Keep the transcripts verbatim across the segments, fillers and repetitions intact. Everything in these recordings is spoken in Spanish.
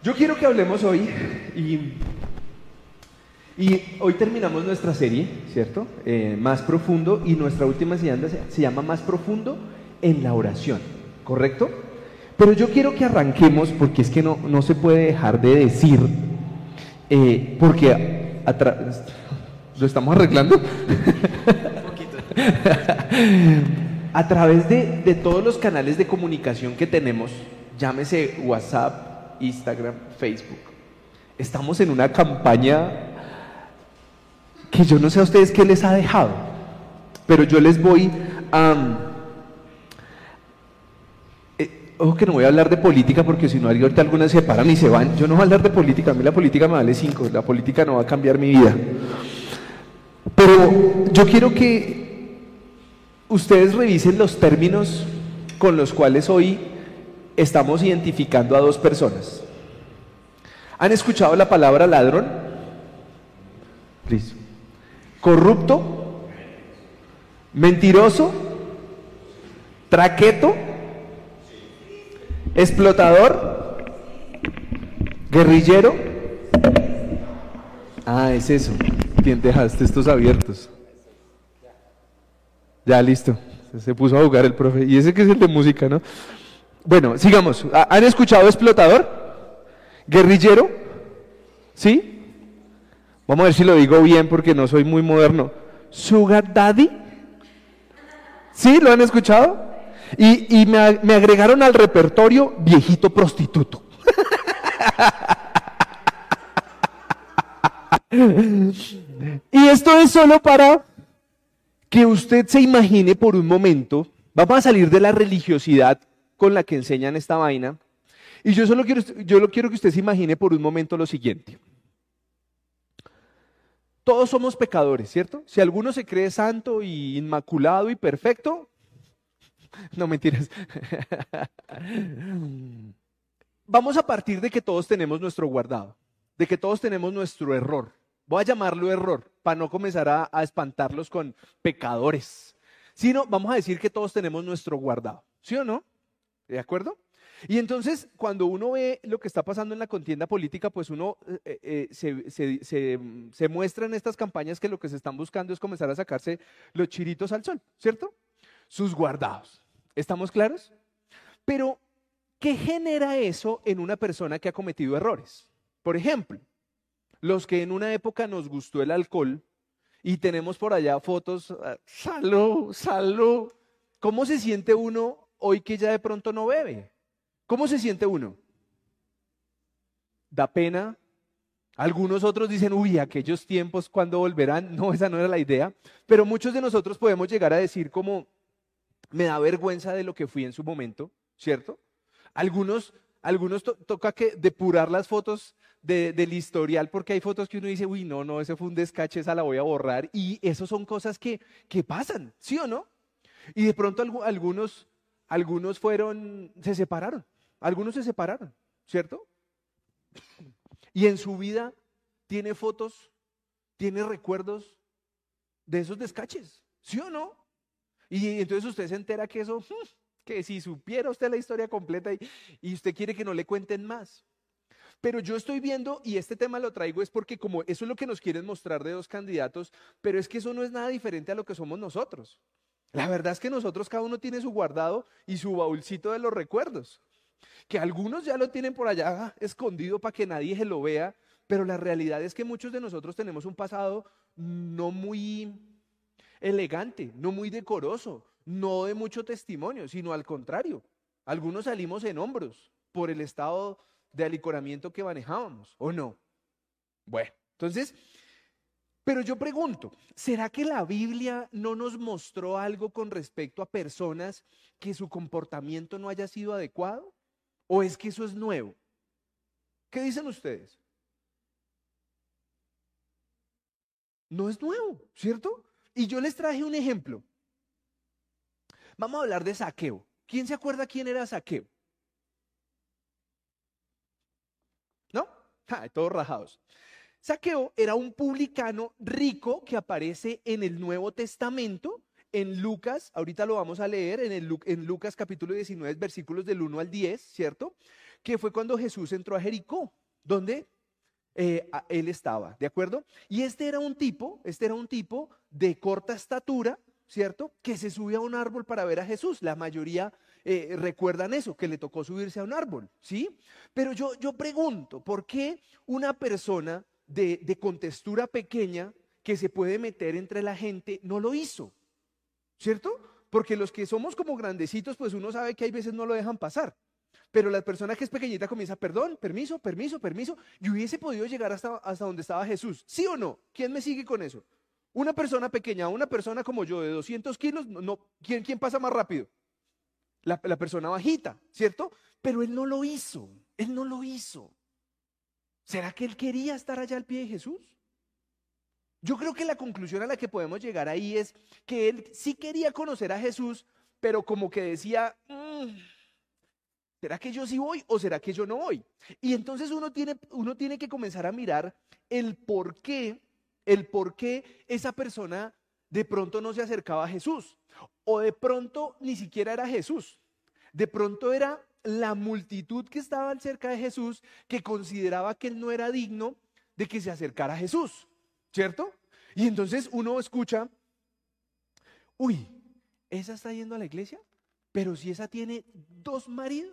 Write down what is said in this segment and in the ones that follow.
Yo quiero que hablemos hoy y, y hoy terminamos nuestra serie, ¿cierto? Eh, más profundo, y nuestra última enseñanza se, se llama Más profundo en la oración, ¿correcto? Pero yo quiero que arranquemos, porque es que no, no se puede dejar de decir, eh, porque atra- lo estamos arreglando. Un poquito. A través de, de todos los canales de comunicación que tenemos, llámese WhatsApp, Instagram, Facebook, estamos en una campaña que yo no sé a ustedes qué les ha dejado, pero yo les voy a... Eh, ojo que no voy a hablar de política, porque si no ahorita algunas se paran y se van. Yo no voy a hablar de política, a mí la política me vale cinco, la política no va a cambiar mi vida. Pero yo quiero que ustedes revisen los términos con los cuales hoy estamos identificando a dos personas. ¿Han escuchado la palabra ladrón? Listo. Corrupto, mentiroso, traqueto, explotador, guerrillero. Ah, es eso. ¿Quién dejaste estos abiertos? Ya, listo. Se puso a jugar el profe. Y ese que es el de música, ¿no? Bueno, sigamos. ¿Han escuchado explotador? ¿Guerrillero? ¿Sí? Vamos a ver si lo digo bien porque no soy muy moderno. ¿Sugar daddy? ¿Sí? ¿Lo han escuchado? Y, y me, me agregaron al repertorio viejito prostituto. Y esto es solo para que usted se imagine por un momento. Vamos a salir de la religiosidad con la que enseñan esta vaina. Y yo solo quiero, yo lo quiero que usted se imagine por un momento lo siguiente. Todos somos pecadores, ¿cierto? Si alguno se cree santo y inmaculado y perfecto, no mentiras. Vamos a partir de que todos tenemos nuestro guardado, de que todos tenemos nuestro error. Voy a llamarlo error, para no comenzar a, a espantarlos con pecadores, sino vamos a decir que todos tenemos nuestro guardado, ¿sí o no? ¿De acuerdo? Y entonces, cuando uno ve lo que está pasando en la contienda política, pues uno eh, eh, se, se, se, se muestra en estas campañas que lo que se están buscando es comenzar a sacarse los chiritos al sol, ¿cierto? Sus guardados. ¿Estamos claros? Pero, ¿qué genera eso en una persona que ha cometido errores? Por ejemplo, los que en una época nos gustó el alcohol y tenemos por allá fotos, salud, salud. ¿Cómo se siente uno hoy que ya de pronto no bebe? ¿Cómo se siente uno? ¿Da pena? Algunos otros dicen, uy, aquellos tiempos, ¿cuándo volverán? No, esa no era la idea. Pero muchos de nosotros podemos llegar a decir como, me da vergüenza de lo que fui en su momento, ¿cierto? Algunos, algunos to toca que depurar las fotos de, del historial, porque hay fotos que uno dice, uy, no, no, ese fue un descache, esa la voy a borrar. Y eso son cosas que, que pasan, ¿sí o no? Y de pronto algunos, algunos fueron, se separaron. Algunos se separaron, ¿cierto? Y en su vida tiene fotos, tiene recuerdos de esos descaches, ¿sí o no? Y entonces usted se entera que eso, que si supiera usted la historia completa y, y usted quiere que no le cuenten más. Pero yo estoy viendo, y este tema lo traigo es porque como eso es lo que nos quieren mostrar de dos candidatos, pero es que eso no es nada diferente a lo que somos nosotros. La verdad es que nosotros cada uno tiene su guardado y su baúlcito de los recuerdos. Que algunos ya lo tienen por allá escondido para que nadie se lo vea, pero la realidad es que muchos de nosotros tenemos un pasado no muy elegante, no muy decoroso, no de mucho testimonio, sino al contrario. Algunos salimos en hombros por el estado de alicoramiento que manejábamos, ¿o no? Bueno, entonces, pero yo pregunto, ¿será que la Biblia no nos mostró algo con respecto a personas que su comportamiento no haya sido adecuado? ¿O es que eso es nuevo? ¿Qué dicen ustedes? No es nuevo, ¿cierto? Y yo les traje un ejemplo. Vamos a hablar de Zaqueo. ¿Quién se acuerda quién era Zaqueo? ¿No? Ja, todos rajados. Zaqueo era un publicano rico que aparece en el Nuevo Testamento, en Lucas, ahorita lo vamos a leer, en, el, en Lucas capítulo diecinueve, versículos del uno al diez, ¿cierto? Que fue cuando Jesús entró a Jericó. donde eh, a- él estaba, ¿de acuerdo? Y este era un tipo, este era un tipo de corta estatura, ¿cierto? Que se subía a un árbol para ver a Jesús. La mayoría eh, recuerdan eso, que le tocó subirse a un árbol, ¿sí? Pero yo, yo pregunto, ¿por qué una persona de, de contextura pequeña que se puede meter entre la gente no lo hizo? ¿Cierto? Porque los que somos como grandecitos, pues uno sabe que hay veces no lo dejan pasar. Pero la persona que es pequeñita comienza, perdón, permiso, permiso, permiso. Y hubiese podido llegar hasta, hasta donde estaba Jesús. ¿Sí o no? ¿Quién me sigue con eso? Una persona pequeña, una persona como yo de doscientos kilos, no, no, ¿quién, quién pasa más rápido? La, la persona bajita, ¿cierto? Pero él no lo hizo, él no lo hizo. ¿Será que él quería estar allá al pie de Jesús? Yo creo que la conclusión a la que podemos llegar ahí es que él sí quería conocer a Jesús, pero como que decía, "Mm, ¿será que yo sí voy o será que yo no voy?" Y entonces uno tiene, uno tiene que comenzar a mirar el por qué, el por qué esa persona de pronto no se acercaba a Jesús. O de pronto ni siquiera era Jesús. De pronto era la multitud que estaba cerca de Jesús que consideraba que él no era digno de que se acercara a Jesús, ¿cierto? Y entonces uno escucha, uy, ¿esa está yendo a la iglesia? Pero si esa tiene dos maridos.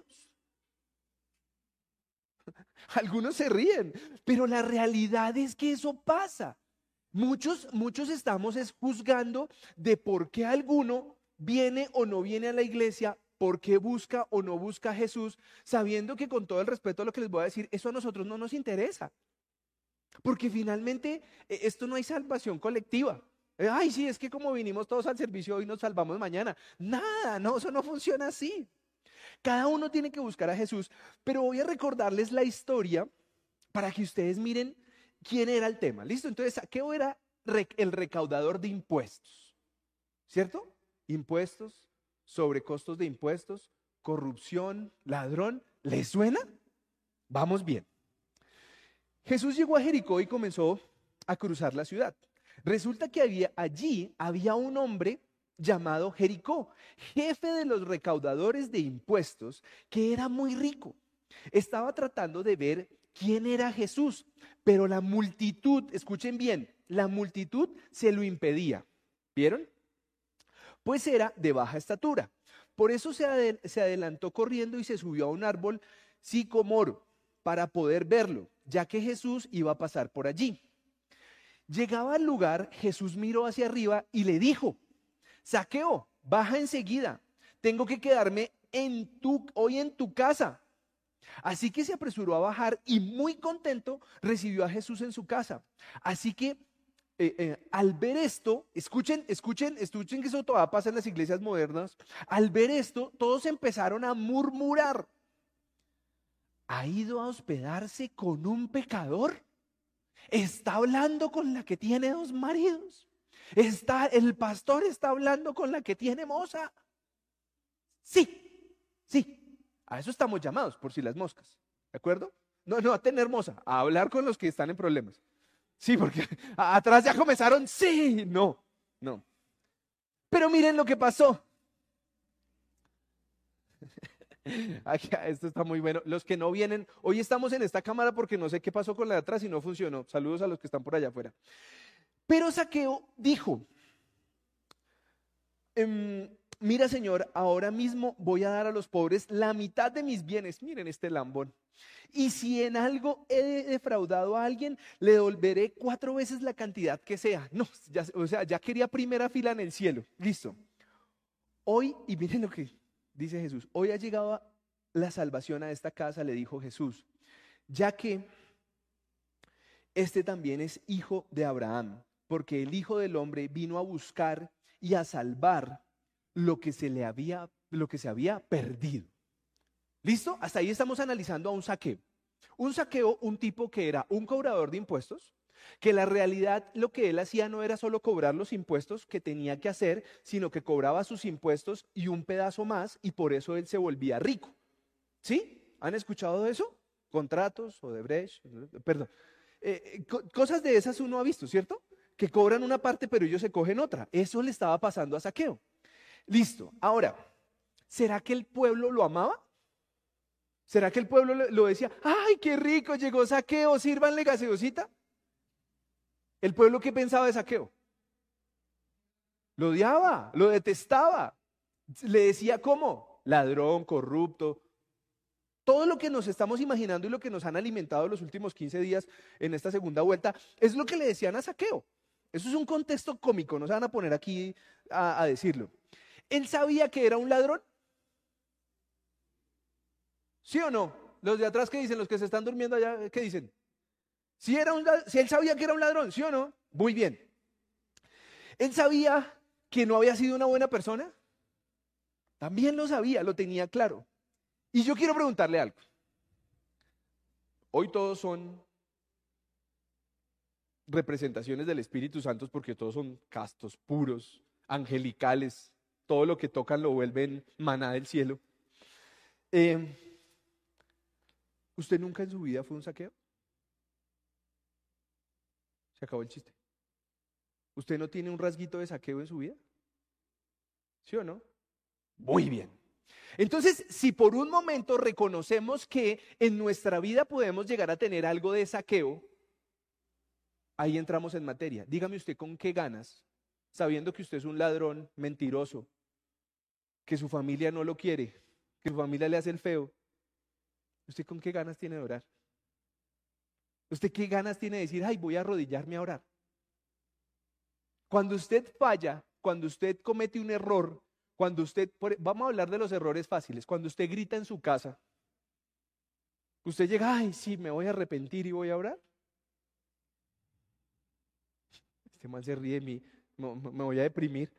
Algunos se ríen, pero la realidad es que eso pasa. Muchos, muchos estamos es juzgando de por qué alguno viene o no viene a la iglesia, por qué busca o no busca a Jesús, sabiendo que con todo el respeto a lo que les voy a decir, eso a nosotros no nos interesa. Porque finalmente eh, esto no hay salvación colectiva. Eh, Ay, sí, es que como vinimos todos al servicio hoy nos salvamos mañana. Nada, no, eso no funciona así. Cada uno tiene que buscar a Jesús, pero voy a recordarles la historia para que ustedes miren quién era el tema. ¿Listo? Entonces, Saqueo era re- el recaudador de impuestos, ¿cierto? Impuestos, sobrecostos de impuestos, corrupción, ladrón. ¿Les suena? Vamos bien. Jesús llegó a Jericó y comenzó a cruzar la ciudad. Resulta que había, allí había un hombre llamado Jericó, jefe de los recaudadores de impuestos, que era muy rico. Estaba tratando de ver quién era Jesús, pero la multitud, escuchen bien, la multitud se lo impedía. ¿Vieron? Pues era de baja estatura. Por eso se, adel- se adelantó corriendo y se subió a un árbol sicomoro para poder verlo, ya que Jesús iba a pasar por allí. Llegaba al lugar, Jesús miró hacia arriba y le dijo, Saqueo, baja enseguida, tengo que quedarme en tu, hoy en tu casa. Así que se apresuró a bajar y muy contento recibió a Jesús en su casa. Así que eh, eh, al ver esto, escuchen, escuchen, escuchen que eso todavía pasa en las iglesias modernas. Al ver esto, todos empezaron a murmurar. ¿Ha ido a hospedarse con un pecador? Está hablando con la que tiene dos maridos. Está, el pastor está hablando con la que tiene moza. Sí, sí. A eso estamos llamados, por si las moscas. ¿De acuerdo? No, no a tener moza, a hablar con los que están en problemas. Sí, porque a- atrás ya comenzaron, sí, no, no. Pero miren lo que pasó. Aquí, esto está muy bueno. Los que no vienen, hoy estamos en esta cámara porque no sé qué pasó con la de atrás y no funcionó. Saludos a los que están por allá afuera. Pero Saqueo dijo, em, mira Señor, ahora mismo voy a dar a los pobres la mitad de mis bienes. Miren este lambón. Y si en algo he defraudado a alguien, le devolveré cuatro veces la cantidad que sea. No, ya, o sea, ya quería primera fila en el cielo. Listo. Hoy, y miren lo que dice Jesús, hoy ha llegado la salvación a esta casa, le dijo Jesús, ya que este también es hijo de Abraham, porque el Hijo del Hombre vino a buscar y a salvar lo que se le había, lo que se había perdido. ¿Listo? Hasta ahí estamos analizando a un saqueo. Un saqueo, un tipo que era un cobrador de impuestos, que la realidad lo que él hacía no era solo cobrar los impuestos que tenía que hacer, sino que cobraba sus impuestos y un pedazo más y por eso él se volvía rico. ¿Sí? ¿Han escuchado de eso? Contratos o de Brecht, perdón. Eh, eh, co- cosas de esas uno ha visto, ¿cierto? Que cobran una parte pero ellos se cogen otra. Eso le estaba pasando a Saqueo. Listo. Ahora, ¿será que el pueblo lo amaba? ¿Será que el pueblo lo decía, ay, qué rico, llegó Zaqueo, sírvanle gaseosita? ¿El pueblo qué pensaba de Zaqueo? Lo odiaba, lo detestaba. Le decía cómo, ladrón, corrupto. Todo lo que nos estamos imaginando y lo que nos han alimentado los últimos quince días en esta segunda vuelta es lo que le decían a Zaqueo. Eso es un contexto cómico, no se van a poner aquí a, a decirlo. ¿Él sabía que era un ladrón? ¿Sí o no? Los de atrás, ¿qué dicen? Los que se están durmiendo allá, ¿qué dicen? Si, era un, si él sabía que era un ladrón, ¿sí o no? Muy bien. ¿Él sabía que no había sido una buena persona? También lo sabía, lo tenía claro. Y yo quiero preguntarle algo. Hoy todos son representaciones del Espíritu Santo porque todos son castos, puros, angelicales. Todo lo que tocan lo vuelven maná del cielo. Eh, ¿Usted nunca en su vida fue un Zaqueo? Se acabó el chiste. ¿Usted no tiene un rasguito de Zaqueo en su vida? ¿Sí o no? Muy bien. Entonces, si por un momento reconocemos que en nuestra vida podemos llegar a tener algo de Zaqueo, ahí entramos en materia. Dígame usted con qué ganas, sabiendo que usted es un ladrón mentiroso, que su familia no lo quiere, que su familia le hace el feo. ¿Usted con qué ganas tiene de orar? ¿Usted qué ganas tiene de decir, ay, voy a arrodillarme a orar? Cuando usted falla, cuando usted comete un error, cuando usted, vamos a hablar de los errores fáciles, cuando usted grita en su casa, usted llega, ay, sí, me voy a arrepentir y voy a orar. Este man se ríe de mí, me, me voy a deprimir.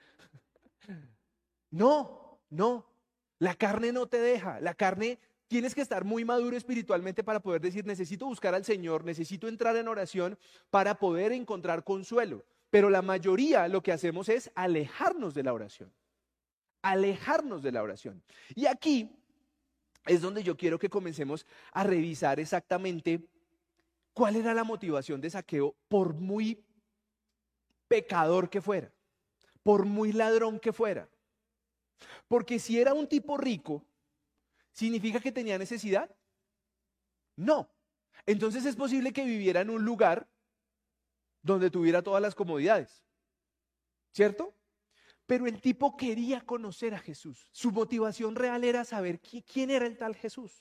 No, no, la carne no te deja, la carne, tienes que estar muy maduro espiritualmente para poder decir, necesito buscar al Señor, necesito entrar en oración para poder encontrar consuelo. Pero la mayoría lo que hacemos es alejarnos de la oración. Alejarnos de la oración. Y aquí es donde yo quiero que comencemos a revisar exactamente cuál era la motivación de Zaqueo, por muy pecador que fuera, por muy ladrón que fuera. Porque si era un tipo rico, ¿significa que tenía necesidad? No. Entonces es posible que viviera en un lugar donde tuviera todas las comodidades, ¿cierto? Pero el tipo quería conocer a Jesús. Su motivación real era saber quién era el tal Jesús.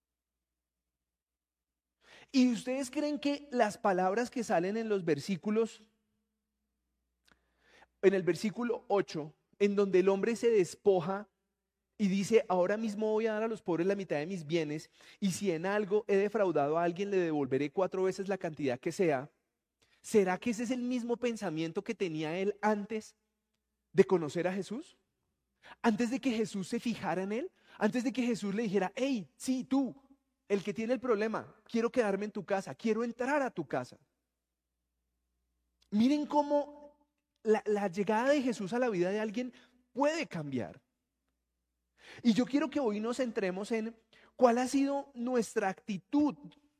¿Y ustedes creen que las palabras que salen en los versículos, en el versículo ocho, en donde el hombre se despoja y dice, ahora mismo voy a dar a los pobres la mitad de mis bienes, y si en algo he defraudado a alguien, le devolveré cuatro veces la cantidad que sea? ¿Será que ese es el mismo pensamiento que tenía él antes de conocer a Jesús? Antes de que Jesús se fijara en él, antes de que Jesús le dijera, hey, sí, tú, el que tiene el problema, quiero quedarme en tu casa, quiero entrar a tu casa. Miren cómo la, la llegada de Jesús a la vida de alguien puede cambiar. Y yo quiero que hoy nos centremos en cuál ha sido nuestra actitud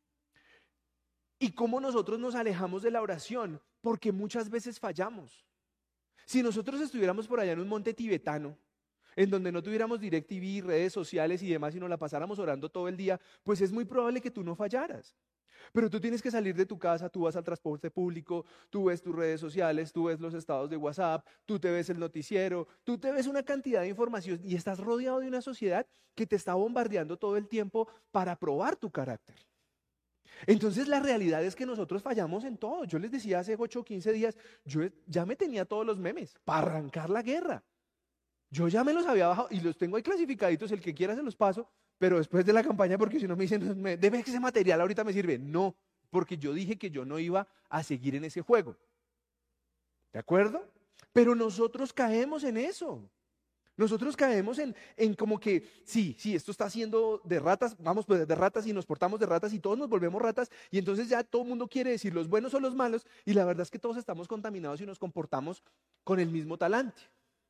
y cómo nosotros nos alejamos de la oración, porque muchas veces fallamos. Si nosotros estuviéramos por allá en un monte tibetano, en donde no tuviéramos DirecTV, redes sociales y demás, y nos la pasáramos orando todo el día, pues es muy probable que tú no fallaras. Pero tú tienes que salir de tu casa, tú vas al transporte público, tú ves tus redes sociales, tú ves los estados de WhatsApp, tú te ves el noticiero, tú te ves una cantidad de información y estás rodeado de una sociedad que te está bombardeando todo el tiempo para probar tu carácter. Entonces la realidad es que nosotros fallamos en todo. Yo les decía hace ocho o quince días, yo ya me tenía todos los memes para arrancar la guerra. Yo ya me los había bajado y los tengo ahí clasificaditos, el que quiera se los paso, pero después de la campaña, porque si no me dicen, deme ese material, ahorita me sirve. No, porque yo dije que yo no iba a seguir en ese juego. ¿De acuerdo? Pero nosotros caemos en eso. Nosotros caemos en, en como que, sí, sí, esto está haciendo de ratas, vamos pues de ratas y nos portamos de ratas y todos nos volvemos ratas y entonces ya todo el mundo quiere decir los buenos o los malos y la verdad es que todos estamos contaminados y nos comportamos con el mismo talante.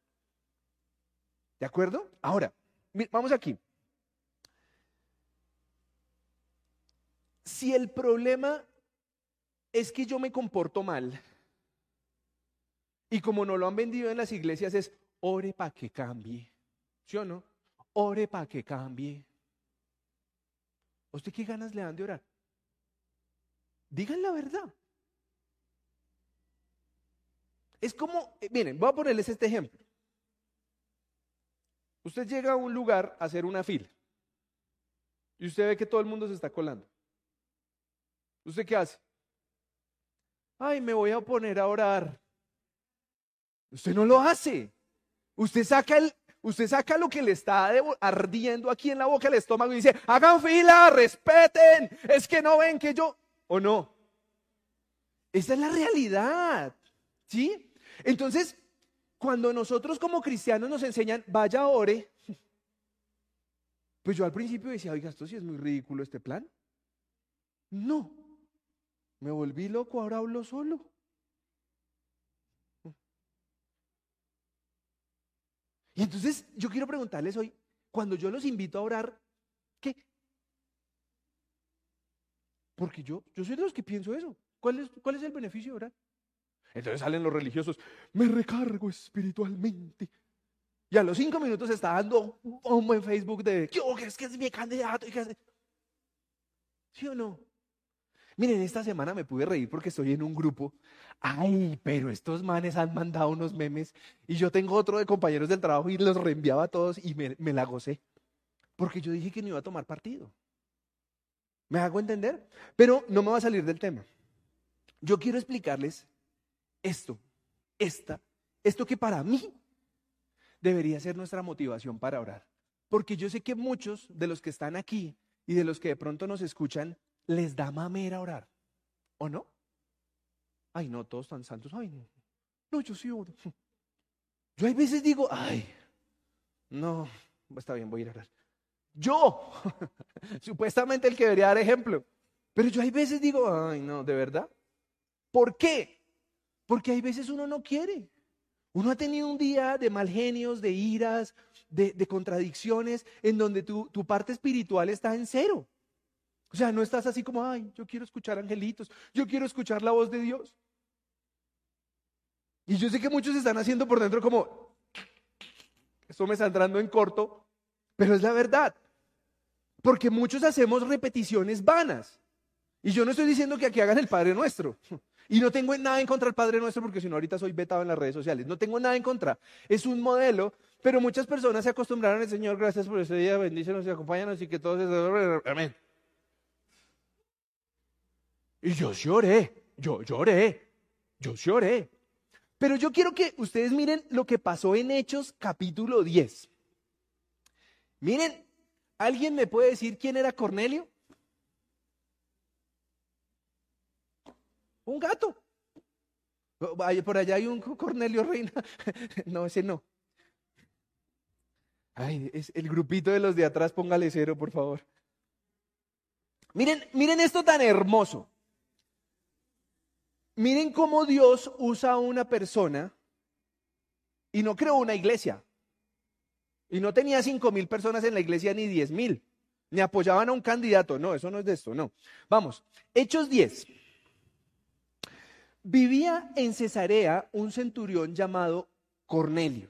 ¿De acuerdo? Ahora, vamos aquí. Si el problema es que yo me comporto mal y como no lo han vendido en las iglesias es ore para que cambie, ¿sí o no? Ore para que cambie. ¿A usted qué ganas le dan de orar? Digan la verdad. Es como, miren, voy a ponerles este ejemplo. Usted llega a un lugar a hacer una fila y usted ve que todo el mundo se está colando. ¿Usted qué hace? Ay, me voy a poner a orar. Usted no lo hace. Usted saca el, usted saca lo que le está ardiendo aquí en la boca, el estómago, y dice, hagan fila, respeten, es que no ven que yo, ¿o no? Esa es la realidad, ¿sí? Entonces, cuando nosotros como cristianos nos enseñan, vaya, ore, pues yo al principio decía, oiga, esto sí es muy ridículo este plan. No, me volví loco, ahora hablo solo. Y entonces yo quiero preguntarles hoy, cuando yo los invito a orar, ¿qué? Porque yo, yo soy de los que pienso eso. ¿Cuál es, cuál es el beneficio de orar? Entonces salen los religiosos, me recargo espiritualmente. Y a los cinco minutos está dando un buen Facebook de, ¿qué es que es mi candidato? ¿Sí o no? Miren, esta semana me pude reír porque estoy en un grupo. Ay, pero estos manes han mandado unos memes y yo tengo otro de compañeros del trabajo y los reenviaba a todos y me, me la gocé. Porque yo dije que no iba a tomar partido. ¿Me hago entender? Pero no me va a salir del tema. Yo quiero explicarles esto, esta, esto que para mí debería ser nuestra motivación para orar. Porque yo sé que muchos de los que están aquí y de los que de pronto nos escuchan, les da mamera orar, ¿o no? Ay, no, todos tan santos, ay, no, no, yo sí oro. Yo hay veces digo, ay, no, está bien, voy a ir a orar. Yo, supuestamente el que debería dar ejemplo, pero yo hay veces digo, ay, no, ¿de verdad? ¿Por qué? Porque hay veces uno no quiere. Uno ha tenido un día de mal genios, de iras, de, de contradicciones, en donde tu, tu parte espiritual está en cero. O sea, no estás así como, ay, yo quiero escuchar angelitos, yo quiero escuchar la voz de Dios. Y yo sé que muchos están haciendo por dentro como, esto me está entrando en corto, pero es la verdad. Porque muchos hacemos repeticiones vanas. Y yo no estoy diciendo que aquí hagan el Padre Nuestro. Y no tengo nada en contra del Padre Nuestro, porque si no ahorita soy vetado en las redes sociales. No tengo nada en contra. Es un modelo, pero muchas personas se acostumbraron al Señor, gracias por este día, bendícenos y acompáñanos y que todos se... Amén. Y yo lloré, yo lloré, yo lloré. Pero yo quiero que ustedes miren lo que pasó en Hechos capítulo diez. Miren, ¿alguien me puede decir quién era Cornelio? Un gato. Por allá hay un Cornelio Reina. No, ese no. Ay, es el grupito de los de atrás, póngale cero, por favor. Miren, miren esto tan hermoso. Miren cómo Dios usa a una persona y no creó una iglesia. Y no tenía cinco mil personas en la iglesia ni diez mil. Ni apoyaban a un candidato. No, eso no es de esto, no. Vamos, Hechos diez. Vivía en Cesarea un centurión llamado Cornelio,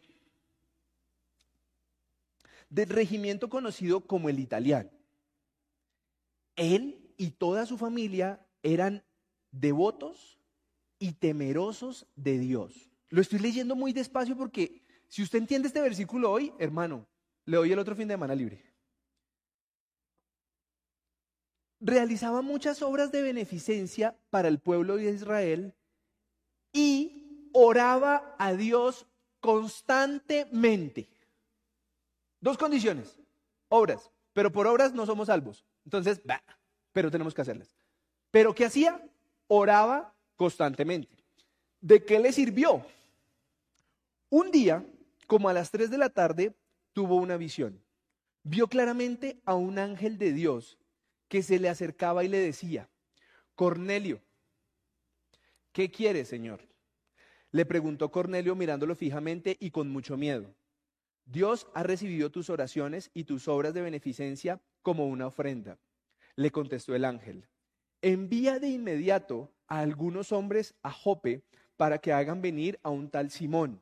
del regimiento conocido como el italiano. Él y toda su familia eran devotos y temerosos de Dios. Lo estoy leyendo muy despacio porque si usted entiende este versículo hoy, hermano, le doy el otro fin de semana libre. Realizaba muchas obras de beneficencia para el pueblo de Israel y oraba a Dios constantemente. Dos condiciones, obras, pero por obras no somos salvos. Entonces, bah, pero tenemos que hacerlas. ¿Pero qué hacía? Oraba constantemente. ¿De qué le sirvió? Un día, como a las tres de la tarde, tuvo una visión. Vio claramente a un ángel de Dios que se le acercaba y le decía, Cornelio, ¿qué quieres, Señor? Le preguntó Cornelio mirándolo fijamente y con mucho miedo. Dios ha recibido tus oraciones y tus obras de beneficencia como una ofrenda. Le contestó el ángel, envía de inmediato a algunos hombres a Jope para que hagan venir a un tal Simón,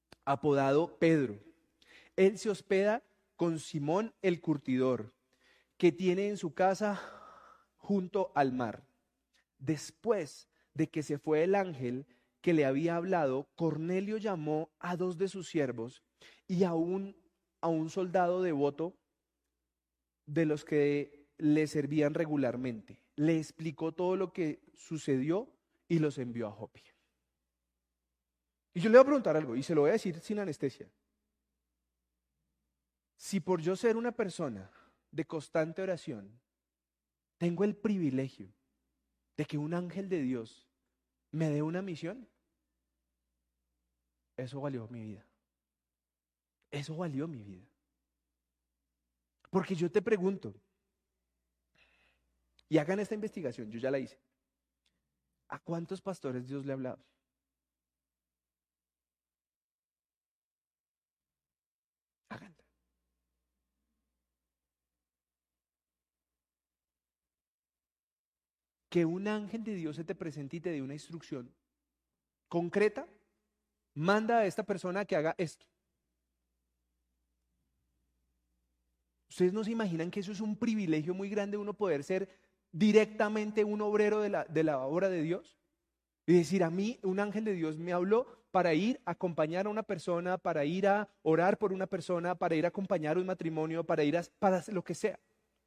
apodado Pedro. Él se hospeda con Simón el curtidor, que tiene en su casa junto al mar. Después de que se fue el ángel que le había hablado, Cornelio llamó a dos de sus siervos y a un, a un soldado devoto de los que le servían regularmente. Le explicó todo lo que sucedió y los envió a Jope. Y yo le voy a preguntar algo y se lo voy a decir sin anestesia. Si por yo ser una persona de constante oración, tengo el privilegio de que un ángel de Dios me dé una misión, eso valió mi vida. Eso valió mi vida. Porque yo te pregunto, y hagan esta investigación, yo ya la hice. ¿A cuántos pastores Dios le ha hablado? Háganla. Que un ángel de Dios se te presente y te dé una instrucción concreta, manda a esta persona que haga esto. Ustedes no se imaginan que eso es un privilegio muy grande, uno poder ser directamente un obrero de la, de la obra de Dios. Y decir, a mí un ángel de Dios me habló para ir a acompañar a una persona, para ir a orar por una persona, para ir a acompañar un matrimonio, para ir a para lo que sea.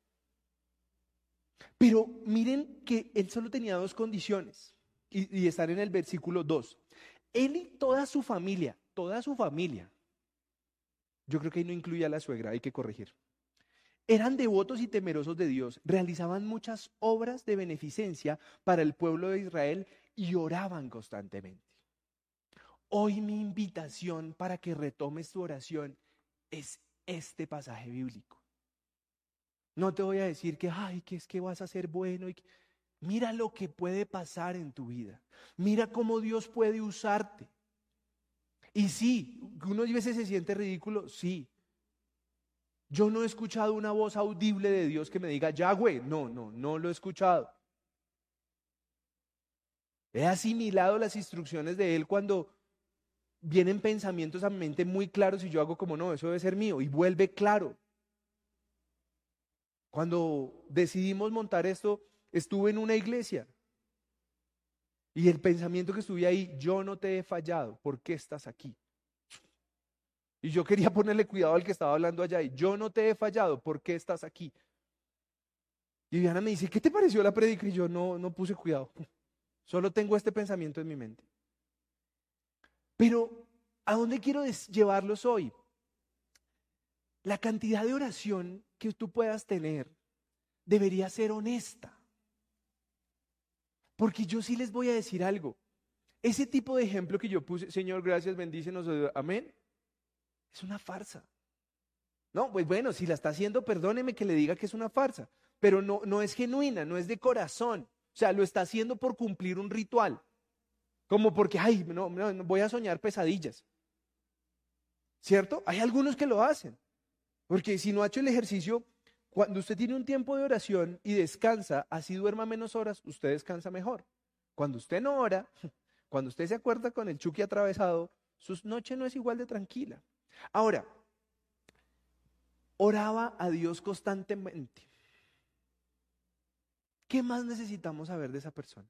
Pero miren que él solo tenía dos condiciones y, y están en el versículo dos. Él y toda su familia, toda su familia, yo creo que ahí no incluye a la suegra, hay que corregir. Eran devotos y temerosos de Dios, realizaban muchas obras de beneficencia para el pueblo de Israel y oraban constantemente. Hoy mi invitación para que retomes tu oración es este pasaje bíblico. No te voy a decir que, ay, que es que vas a ser bueno. Y que... Mira lo que puede pasar en tu vida. Mira cómo Dios puede usarte. Y sí, uno a veces se siente ridículo, sí. Yo no he escuchado una voz audible de Dios que me diga, Yahweh. No, no, no lo he escuchado. He asimilado las instrucciones de Él cuando vienen pensamientos a mi mente muy claros y yo hago como, no, eso debe ser mío. Y vuelve claro. Cuando decidimos montar esto, estuve en una iglesia. Y el pensamiento que estuve ahí, yo no te he fallado, ¿por qué estás aquí? Y yo quería ponerle cuidado al que estaba hablando allá, y yo no te he fallado, ¿por qué estás aquí? Y Viviana me dice, ¿qué te pareció la predica? Y yo no, no puse cuidado, solo tengo este pensamiento en mi mente. Pero, ¿a dónde quiero llevarlos hoy? La cantidad de oración que tú puedas tener debería ser honesta. Porque yo sí les voy a decir algo. Ese tipo de ejemplo que yo puse, Señor, gracias, bendícenos, amén, es una farsa. No, pues bueno, si la está haciendo, perdóneme que le diga que es una farsa, pero no, no es genuina, no es de corazón. O sea, lo está haciendo por cumplir un ritual. Como porque, ay, no, no, no voy a soñar pesadillas. ¿Cierto? Hay algunos que lo hacen. Porque si no ha hecho el ejercicio, cuando usted tiene un tiempo de oración y descansa, así duerma menos horas, usted descansa mejor. Cuando usted no ora, cuando usted se acuerda con el chuki atravesado, su noche no es igual de tranquila. Ahora, oraba a Dios constantemente. ¿Qué más necesitamos saber de esa persona?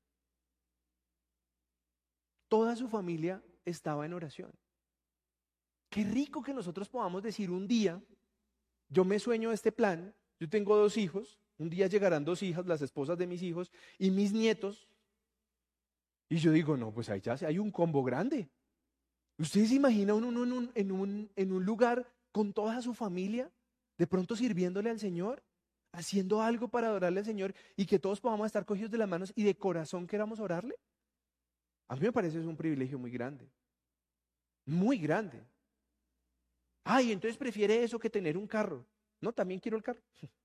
Toda su familia estaba en oración. Qué rico que nosotros podamos decir un día, yo me sueño este plan, yo tengo dos hijos, un día llegarán dos hijas, las esposas de mis hijos, y mis nietos, y yo digo, no, pues ahí ya hay un combo grande. ¿Ustedes se imaginan uno en un, en un, en un lugar con toda su familia, de pronto sirviéndole al Señor, haciendo algo para adorarle al Señor, y que todos podamos estar cogidos de las manos y de corazón queramos orarle? A mí me parece eso un privilegio muy grande, muy grande. Ay, entonces prefiere eso que tener un carro. No, también quiero el carro.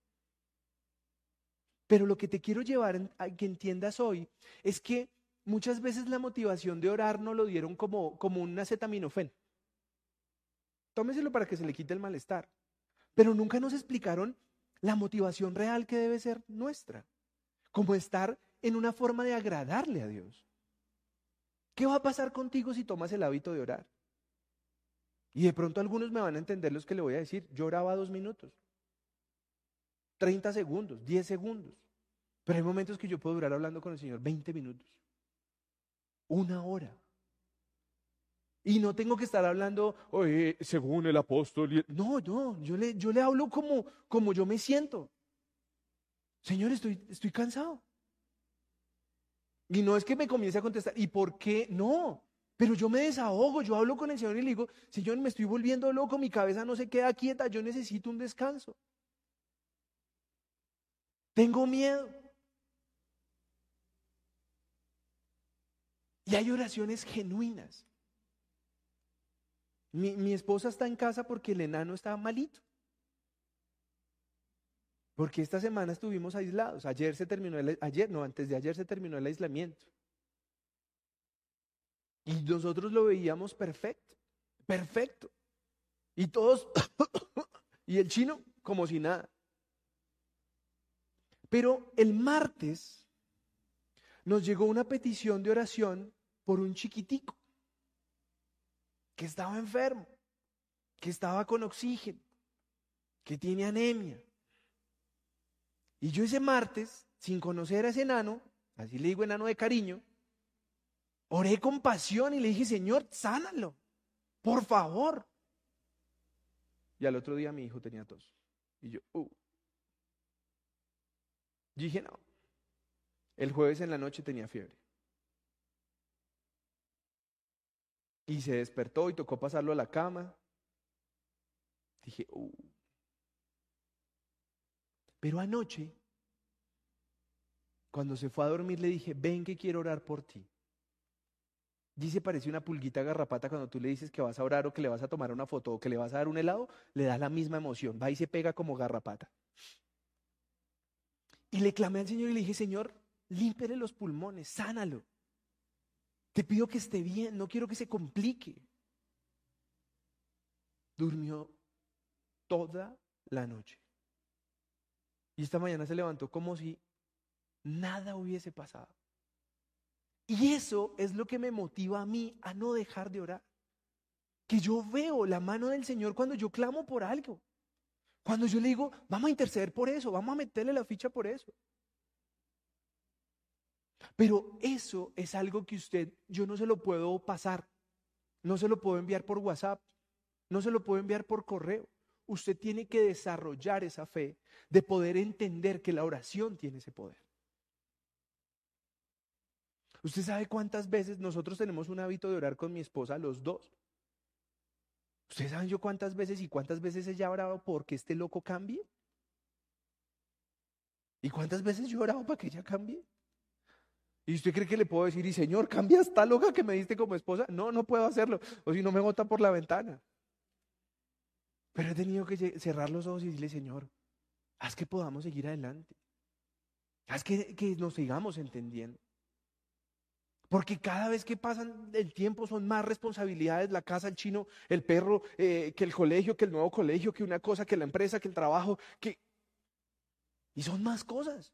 Pero lo que te quiero llevar a que entiendas hoy es que muchas veces la motivación de orar nos lo dieron como, como un acetaminofén. Tómeselo para que se le quite el malestar. Pero nunca nos explicaron la motivación real que debe ser nuestra. Como estar en una forma de agradarle a Dios. ¿Qué va a pasar contigo si tomas el hábito de orar? Y de pronto algunos me van a entender los que le voy a decir. Yo oraba dos minutos. treinta segundos, diez segundos. Pero hay momentos que yo puedo durar hablando con el Señor veinte minutos, una hora. Y no tengo que estar hablando, oye, según el apóstol. No, no, yo le, yo le hablo como, como yo me siento. Señor, estoy, estoy cansado. Y no es que me comience a contestar, ¿y por qué? No, pero yo me desahogo, yo hablo con el Señor y le digo, Señor, me estoy volviendo loco, mi cabeza no se queda quieta, yo necesito un descanso. Tengo miedo. Y hay oraciones genuinas. Mi, mi esposa está en casa porque el enano estaba malito. Porque esta semana estuvimos aislados. Ayer se terminó el, ayer, no, antes de ayer se terminó el aislamiento. Y nosotros lo veíamos perfecto, perfecto. Y todos, y el chino como si nada. Pero el martes nos llegó una petición de oración por un chiquitico que estaba enfermo, que estaba con oxígeno, que tiene anemia. Y yo ese martes, sin conocer a ese enano, así le digo enano de cariño, oré con pasión y le dije, Señor, sánalo, por favor. Y al otro día mi hijo tenía tos. Y yo, uh. dije, no. El jueves en la noche tenía fiebre. Y se despertó y tocó pasarlo a la cama. Dije, uh. Pero anoche, cuando se fue a dormir, le dije, ven que quiero orar por ti. Dice, parece una pulguita garrapata cuando tú le dices que vas a orar o que le vas a tomar una foto o que le vas a dar un helado, le das la misma emoción, va y se pega como garrapata. Y le clamé al Señor y le dije, Señor, límpiale los pulmones, sánalo. Te pido que esté bien, no quiero que se complique. Durmió toda la noche. Y esta mañana se levantó como si nada hubiese pasado. Y eso es lo que me motiva a mí a no dejar de orar. Que yo veo la mano del Señor cuando yo clamo por algo. Cuando yo le digo, vamos a interceder por eso, vamos a meterle la ficha por eso. Pero eso es algo que usted, yo no se lo puedo pasar. No se lo puedo enviar por WhatsApp. No se lo puedo enviar por correo. Usted tiene que desarrollar esa fe de poder entender que la oración tiene ese poder. ¿Usted sabe cuántas veces nosotros tenemos un hábito de orar con mi esposa, los dos? ¿Ustedes saben yo cuántas veces y cuántas veces ella ha orado porque este loco cambie? ¿Y cuántas veces yo he orado para que ella cambie? ¿Y usted cree que le puedo decir, y Señor, cambia esta loca que me diste como esposa? No, no puedo hacerlo, o si no me bota por la ventana. Pero he tenido que cerrar los ojos y decirle, Señor, haz que podamos seguir adelante. Haz que, que nos sigamos entendiendo. Porque cada vez que pasan el tiempo son más responsabilidades, la casa, el chino, el perro, eh, que el colegio, que el nuevo colegio, que una cosa, que la empresa, que el trabajo, que... Y son más cosas.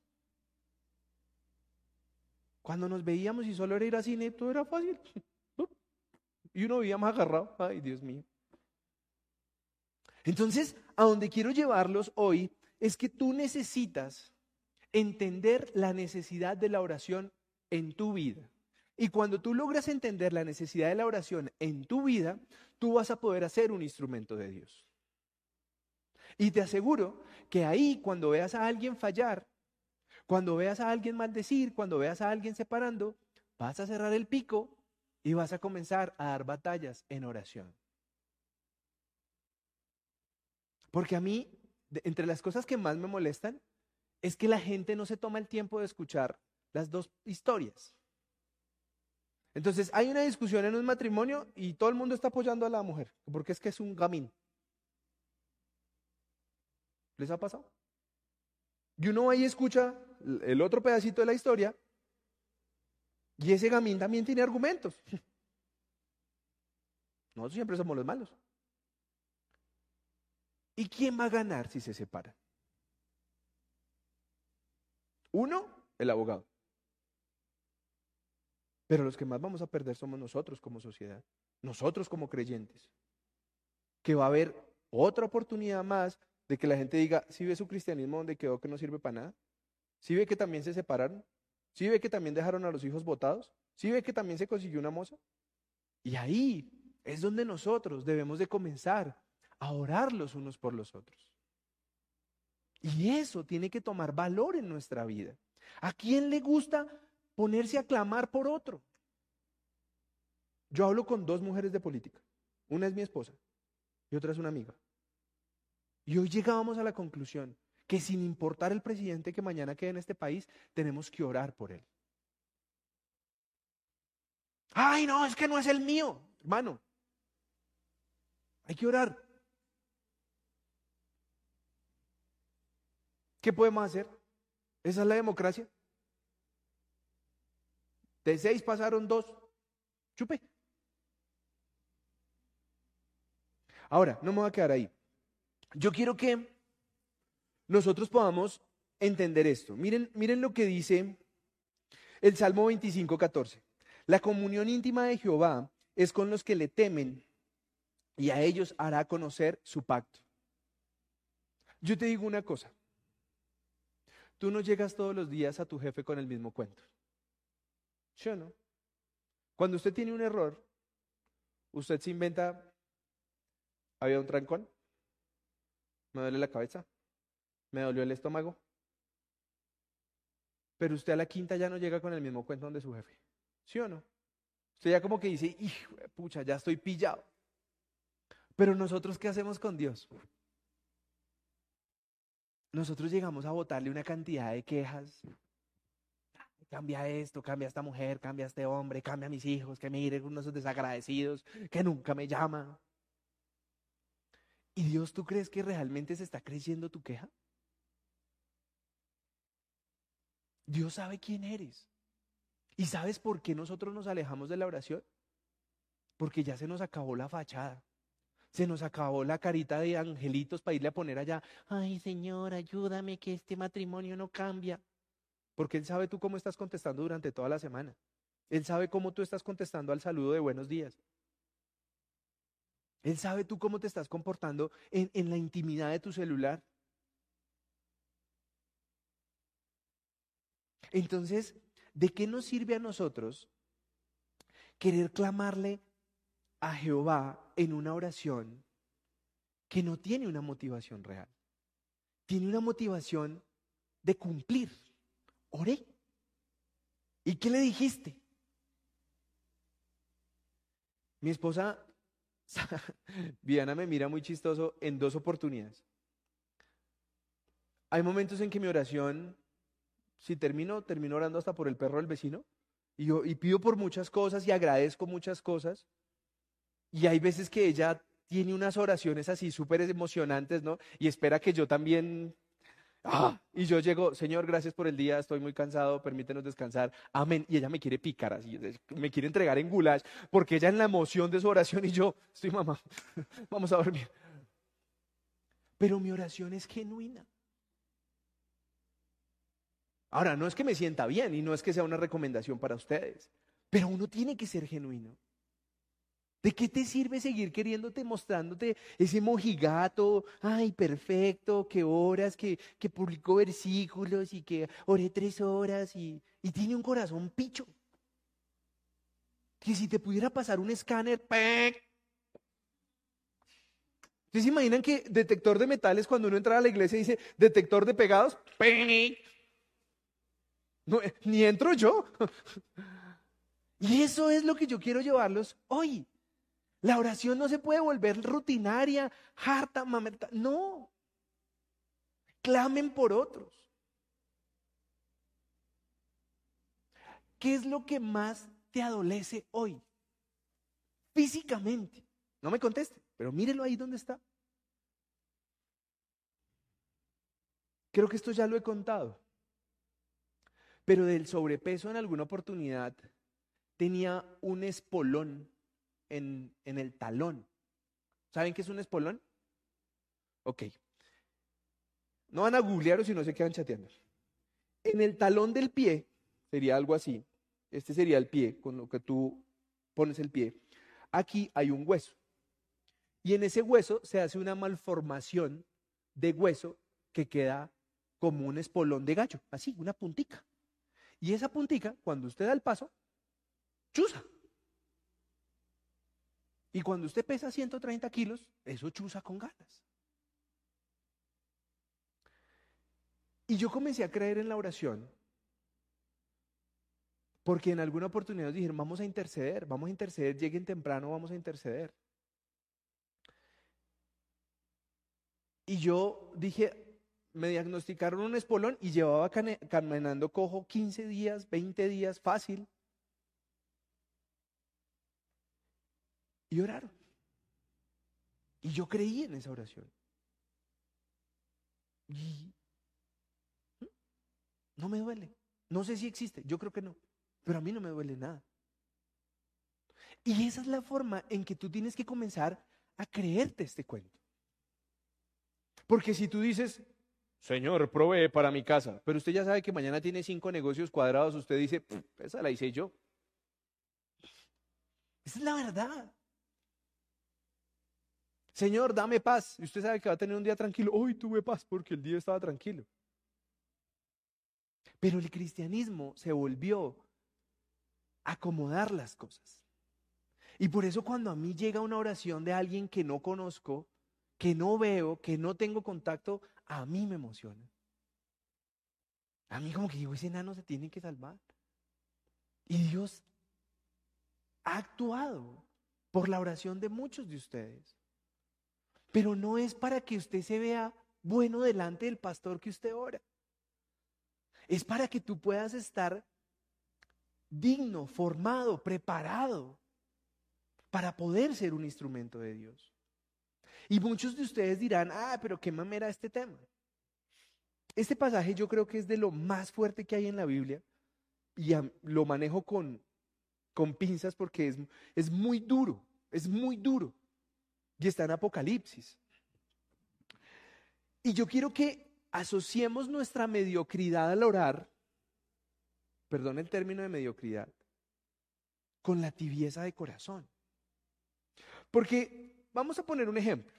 Cuando nos veíamos y solo era ir a cine, todo era fácil. Y uno vivía más agarrado. Ay, Dios mío. Entonces, a donde quiero llevarlos hoy es que tú necesitas entender la necesidad de la oración en tu vida. Y cuando tú logras entender la necesidad de la oración en tu vida, tú vas a poder hacer un instrumento de Dios. Y te aseguro que ahí, cuando veas a alguien fallar, cuando veas a alguien maldecir, cuando veas a alguien separando, vas a cerrar el pico y vas a comenzar a dar batallas en oración. Porque a mí, de, entre las cosas que más me molestan, es que la gente no se toma el tiempo de escuchar las dos historias. Entonces, hay una discusión en un matrimonio y todo el mundo está apoyando a la mujer, porque es que es un gamín. ¿Les ha pasado? Y uno ahí escucha el otro pedacito de la historia y ese gamín también tiene argumentos. Nosotros siempre somos los malos. ¿Y quién va a ganar si se separan? Uno, el abogado. Pero los que más vamos a perder somos nosotros como sociedad, nosotros como creyentes. Que va a haber otra oportunidad más De que la gente diga, ¿sí ve su cristianismo donde quedó que no sirve para nada? ¿Sí ve que también se separaron? ¿Sí ve que también dejaron a los hijos botados? ¿Sí ve que también se consiguió una moza? Y ahí es donde nosotros debemos de comenzar a orar los unos por los otros. Y eso tiene que tomar valor en nuestra vida. ¿A quién le gusta ponerse a clamar por otro? Yo hablo con dos mujeres de política. Una es mi esposa y otra es una amiga. Y hoy llegábamos a la conclusión que sin importar el presidente que mañana quede en este país, tenemos que orar por él. Ay, no, es que no es el mío, hermano. Hay que orar. ¿Qué podemos hacer? Esa es la democracia. De seis pasaron dos. Chupe. Ahora, no me voy a quedar ahí. Yo quiero que nosotros podamos entender esto. Miren, miren lo que dice el Salmo veinticinco, catorce. La comunión íntima de Jehová es con los que le temen y a ellos hará conocer su pacto. Yo te digo una cosa. Tú no llegas todos los días a tu jefe con el mismo cuento. ¿Sí o no? Cuando usted tiene un error, usted se inventa, había un trancón, me duele la cabeza, me dolió el estómago. Pero usted a la quinta ya no llega con el mismo cuento donde su jefe. ¿Sí o no? Usted ya como que dice, hijo de pucha, ya estoy pillado. Pero nosotros, ¿qué hacemos con Dios? Nosotros llegamos a botarle una cantidad de quejas. Cambia esto, cambia esta mujer, cambia este hombre, cambia a mis hijos, que miren unos desagradecidos, que nunca me llaman. ¿Y Dios, tú crees que realmente se está creyendo tu queja? Dios sabe quién eres. ¿Y sabes por qué nosotros nos alejamos de la oración? Porque ya se nos acabó la fachada. Se nos acabó la carita de angelitos para irle a poner allá. Ay, Señor, ayúdame que este matrimonio no cambia. Porque Él sabe tú cómo estás contestando durante toda la semana. Él sabe cómo tú estás contestando al saludo de buenos días. Él sabe tú cómo te estás comportando en, en la intimidad de tu celular. Entonces, ¿de qué nos sirve a nosotros querer clamarle a Jehová en una oración que no tiene una motivación real? Tiene una motivación de cumplir. Oré. ¿Y qué le dijiste? Mi esposa, Viviana, me mira muy chistoso en dos oportunidades. Hay momentos en que mi oración, si termino, termino orando hasta por el perro del vecino. Y, yo, y pido por muchas cosas y agradezco muchas cosas. Y hay veces que ella tiene unas oraciones así súper emocionantes, ¿no? Y espera que yo también... ¡Ah! Y yo llego, Señor, gracias por el día, estoy muy cansado, permítenos descansar, amén. Y ella me quiere picar así, me quiere entregar en goulash, porque ella en la emoción de su oración y yo, estoy mamá, vamos a dormir. Pero mi oración es genuina. Ahora, no es que me sienta bien y no es que sea una recomendación para ustedes, pero uno tiene que ser genuino. ¿De qué te sirve seguir queriéndote, mostrándote ese mojigato? Ay, perfecto, que oras, que, que publicó versículos y que oré tres horas y, y tiene un corazón picho. Que si te pudiera pasar un escáner, ¡pec! ¿Ustedes se imaginan que detector de metales cuando uno entra a la iglesia dice detector de pegados? ¡Pec! No, ni entro yo. Y eso es lo que yo quiero llevarlos hoy. La oración no se puede volver rutinaria, harta, mameta. No. Clamen por otros. ¿Qué es lo que más te adolece hoy? Físicamente. No me conteste, pero mírelo ahí donde está. Creo que esto ya lo he contado. Pero del sobrepeso en alguna oportunidad tenía un espolón en, en el talón. ¿Saben qué es un espolón? Ok. No van a googlear o si no se quedan chateando. En el talón del pie, sería algo así. Este sería el pie, con lo que tú pones el pie. Aquí hay un hueso. Y en ese hueso se hace una malformación de hueso que queda como un espolón de gallo, así, una puntica. Y esa puntica, cuando usted da el paso, chuza. Y cuando usted pesa ciento treinta kilos, eso chuza con ganas. Y yo comencé a creer en la oración, porque en alguna oportunidad nos dijeron, vamos a interceder, vamos a interceder, lleguen temprano, vamos a interceder. Y yo dije, me diagnosticaron un espolón y llevaba cane- caminando cojo quince días, veinte días, fácil. Y oraron. Y yo creí en esa oración. Y no me duele. No sé si existe, yo creo que no. Pero a mí no me duele nada. Y esa es la forma en que tú tienes que comenzar a creerte este cuento. Porque si tú dices, Señor, provee para mi casa, pero usted ya sabe que mañana tiene cinco negocios cuadrados, usted dice, esa la hice yo. Esa es la verdad. Señor, dame paz. Y usted sabe que va a tener un día tranquilo. Hoy tuve paz porque el día estaba tranquilo. Pero el cristianismo se volvió a acomodar las cosas. Y por eso cuando a mí llega una oración de alguien que no conozco, que no veo, que no tengo contacto, a mí me emociona. A mí como que digo, ese enano se tiene que salvar. Y Dios ha actuado por la oración de muchos de ustedes. Pero no es para que usted se vea bueno delante del pastor que usted ora. Es para que tú puedas estar digno, formado, preparado para poder ser un instrumento de Dios. Y muchos de ustedes dirán, ah, pero qué mamera este tema. Este pasaje yo creo que es de lo más fuerte que hay en la Biblia y a, lo manejo con, con pinzas porque es, es muy duro, es muy duro. Y está en Apocalipsis. Y yo quiero que asociemos nuestra mediocridad al orar, perdón el término de mediocridad, con la tibieza de corazón. Porque vamos a poner un ejemplo.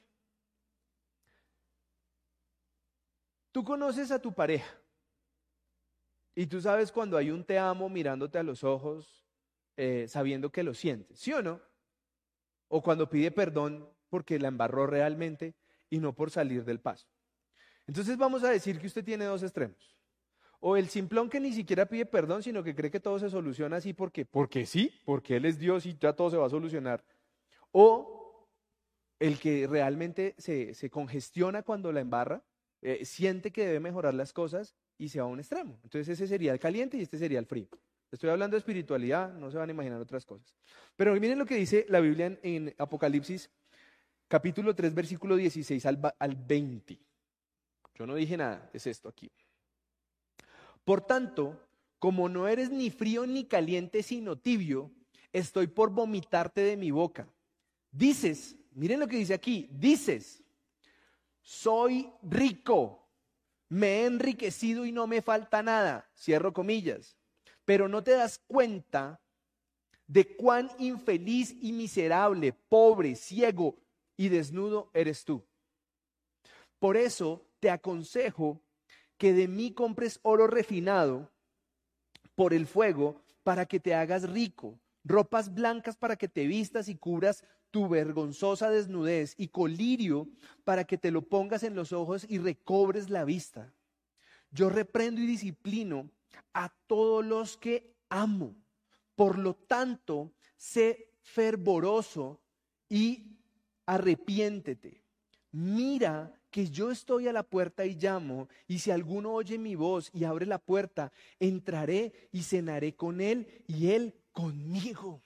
Tú conoces a tu pareja y tú sabes cuando hay un te amo mirándote a los ojos, eh, sabiendo que lo sientes, ¿sí o no? O cuando pide perdón porque la embarró realmente y no por salir del paso. Entonces vamos a decir que usted tiene dos extremos. O el simplón que ni siquiera pide perdón, sino que cree que todo se soluciona así porque, porque sí, porque Él es Dios y ya todo se va a solucionar. O el que realmente se, se congestiona cuando la embarra, eh, siente que debe mejorar las cosas y se va a un extremo. Entonces ese sería el caliente y este sería el frío. Estoy hablando de espiritualidad, no se van a imaginar otras cosas. Pero miren lo que dice la Biblia en, en Apocalipsis, capítulo tres, versículo dieciséis al, al veinte. Yo no dije nada, es esto aquí. Por tanto, como no eres ni frío ni caliente, sino tibio, estoy por vomitarte de mi boca. Dices, miren lo que dice aquí, dices, soy rico, me he enriquecido y no me falta nada, cierro comillas, pero no te das cuenta de cuán infeliz y miserable, pobre, ciego y desnudo eres tú. Por eso te aconsejo que de mí compres oro refinado por el fuego para que te hagas rico, ropas blancas para que te vistas y cubras tu vergonzosa desnudez y colirio para que te lo pongas en los ojos y recobres la vista. Yo reprendo y disciplino a todos los que amo. Por lo tanto, sé fervoroso y arrepiéntete. Mira que yo estoy a la puerta y llamo, y si alguno oye mi voz y abre la puerta, entraré y cenaré con él y él conmigo.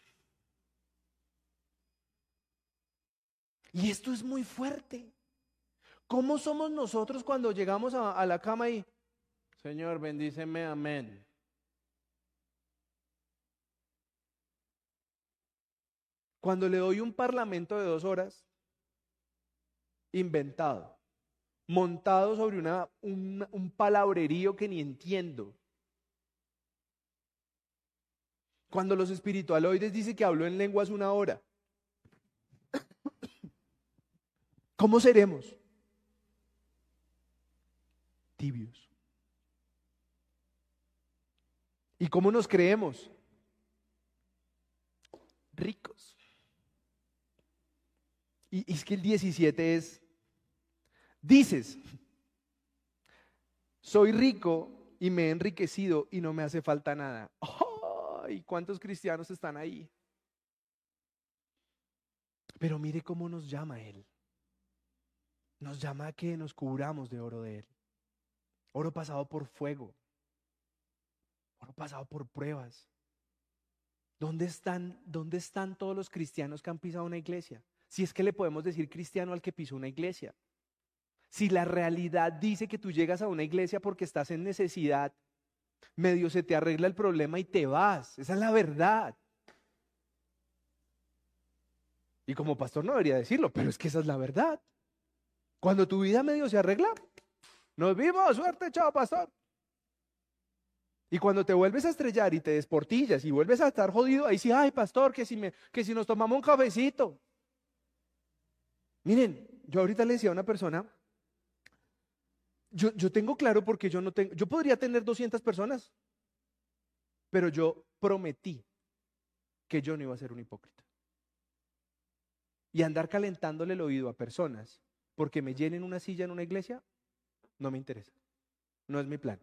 Y esto es muy fuerte. ¿Cómo somos nosotros cuando llegamos a, a la cama y, Señor, bendíceme, amén? Cuando le doy un parlamento de dos horas, inventado, montado sobre una, un, un palabrerío que ni entiendo. Cuando los espiritualoides dicen que habló en lenguas una hora. ¿Cómo seremos? tibios. ¿Y cómo nos creemos? Ricos. Y, y es que el diecisiete es, dices, soy rico y me he enriquecido y no me hace falta nada. ¡Ay! ¿Cuántos cristianos están ahí? Pero mire cómo nos llama Él. Nos llama a que nos cubramos de oro de Él. Oro pasado por fuego. Oro pasado por pruebas. ¿Dónde están, dónde están todos los cristianos que han pisado una iglesia? Si es que le podemos decir cristiano al que pisó una iglesia. Si la realidad dice que tú llegas a una iglesia porque estás en necesidad, medio se te arregla el problema y te vas. Esa es la verdad. Y como pastor no debería decirlo, pero es que esa es la verdad. Cuando tu vida medio se arregla, nos vimos, suerte, chao, pastor. Y cuando te vuelves a estrellar y te desportillas y vuelves a estar jodido, ahí sí, ay, pastor, que si, me, que si nos tomamos un cafecito. Miren, yo ahorita le decía a una persona, yo, yo tengo claro porque yo no tengo, yo podría tener doscientas personas, pero yo prometí que yo no iba a ser un hipócrita. Y andar calentándole el oído a personas porque me llenen una silla en una iglesia, no me interesa. No es mi plan.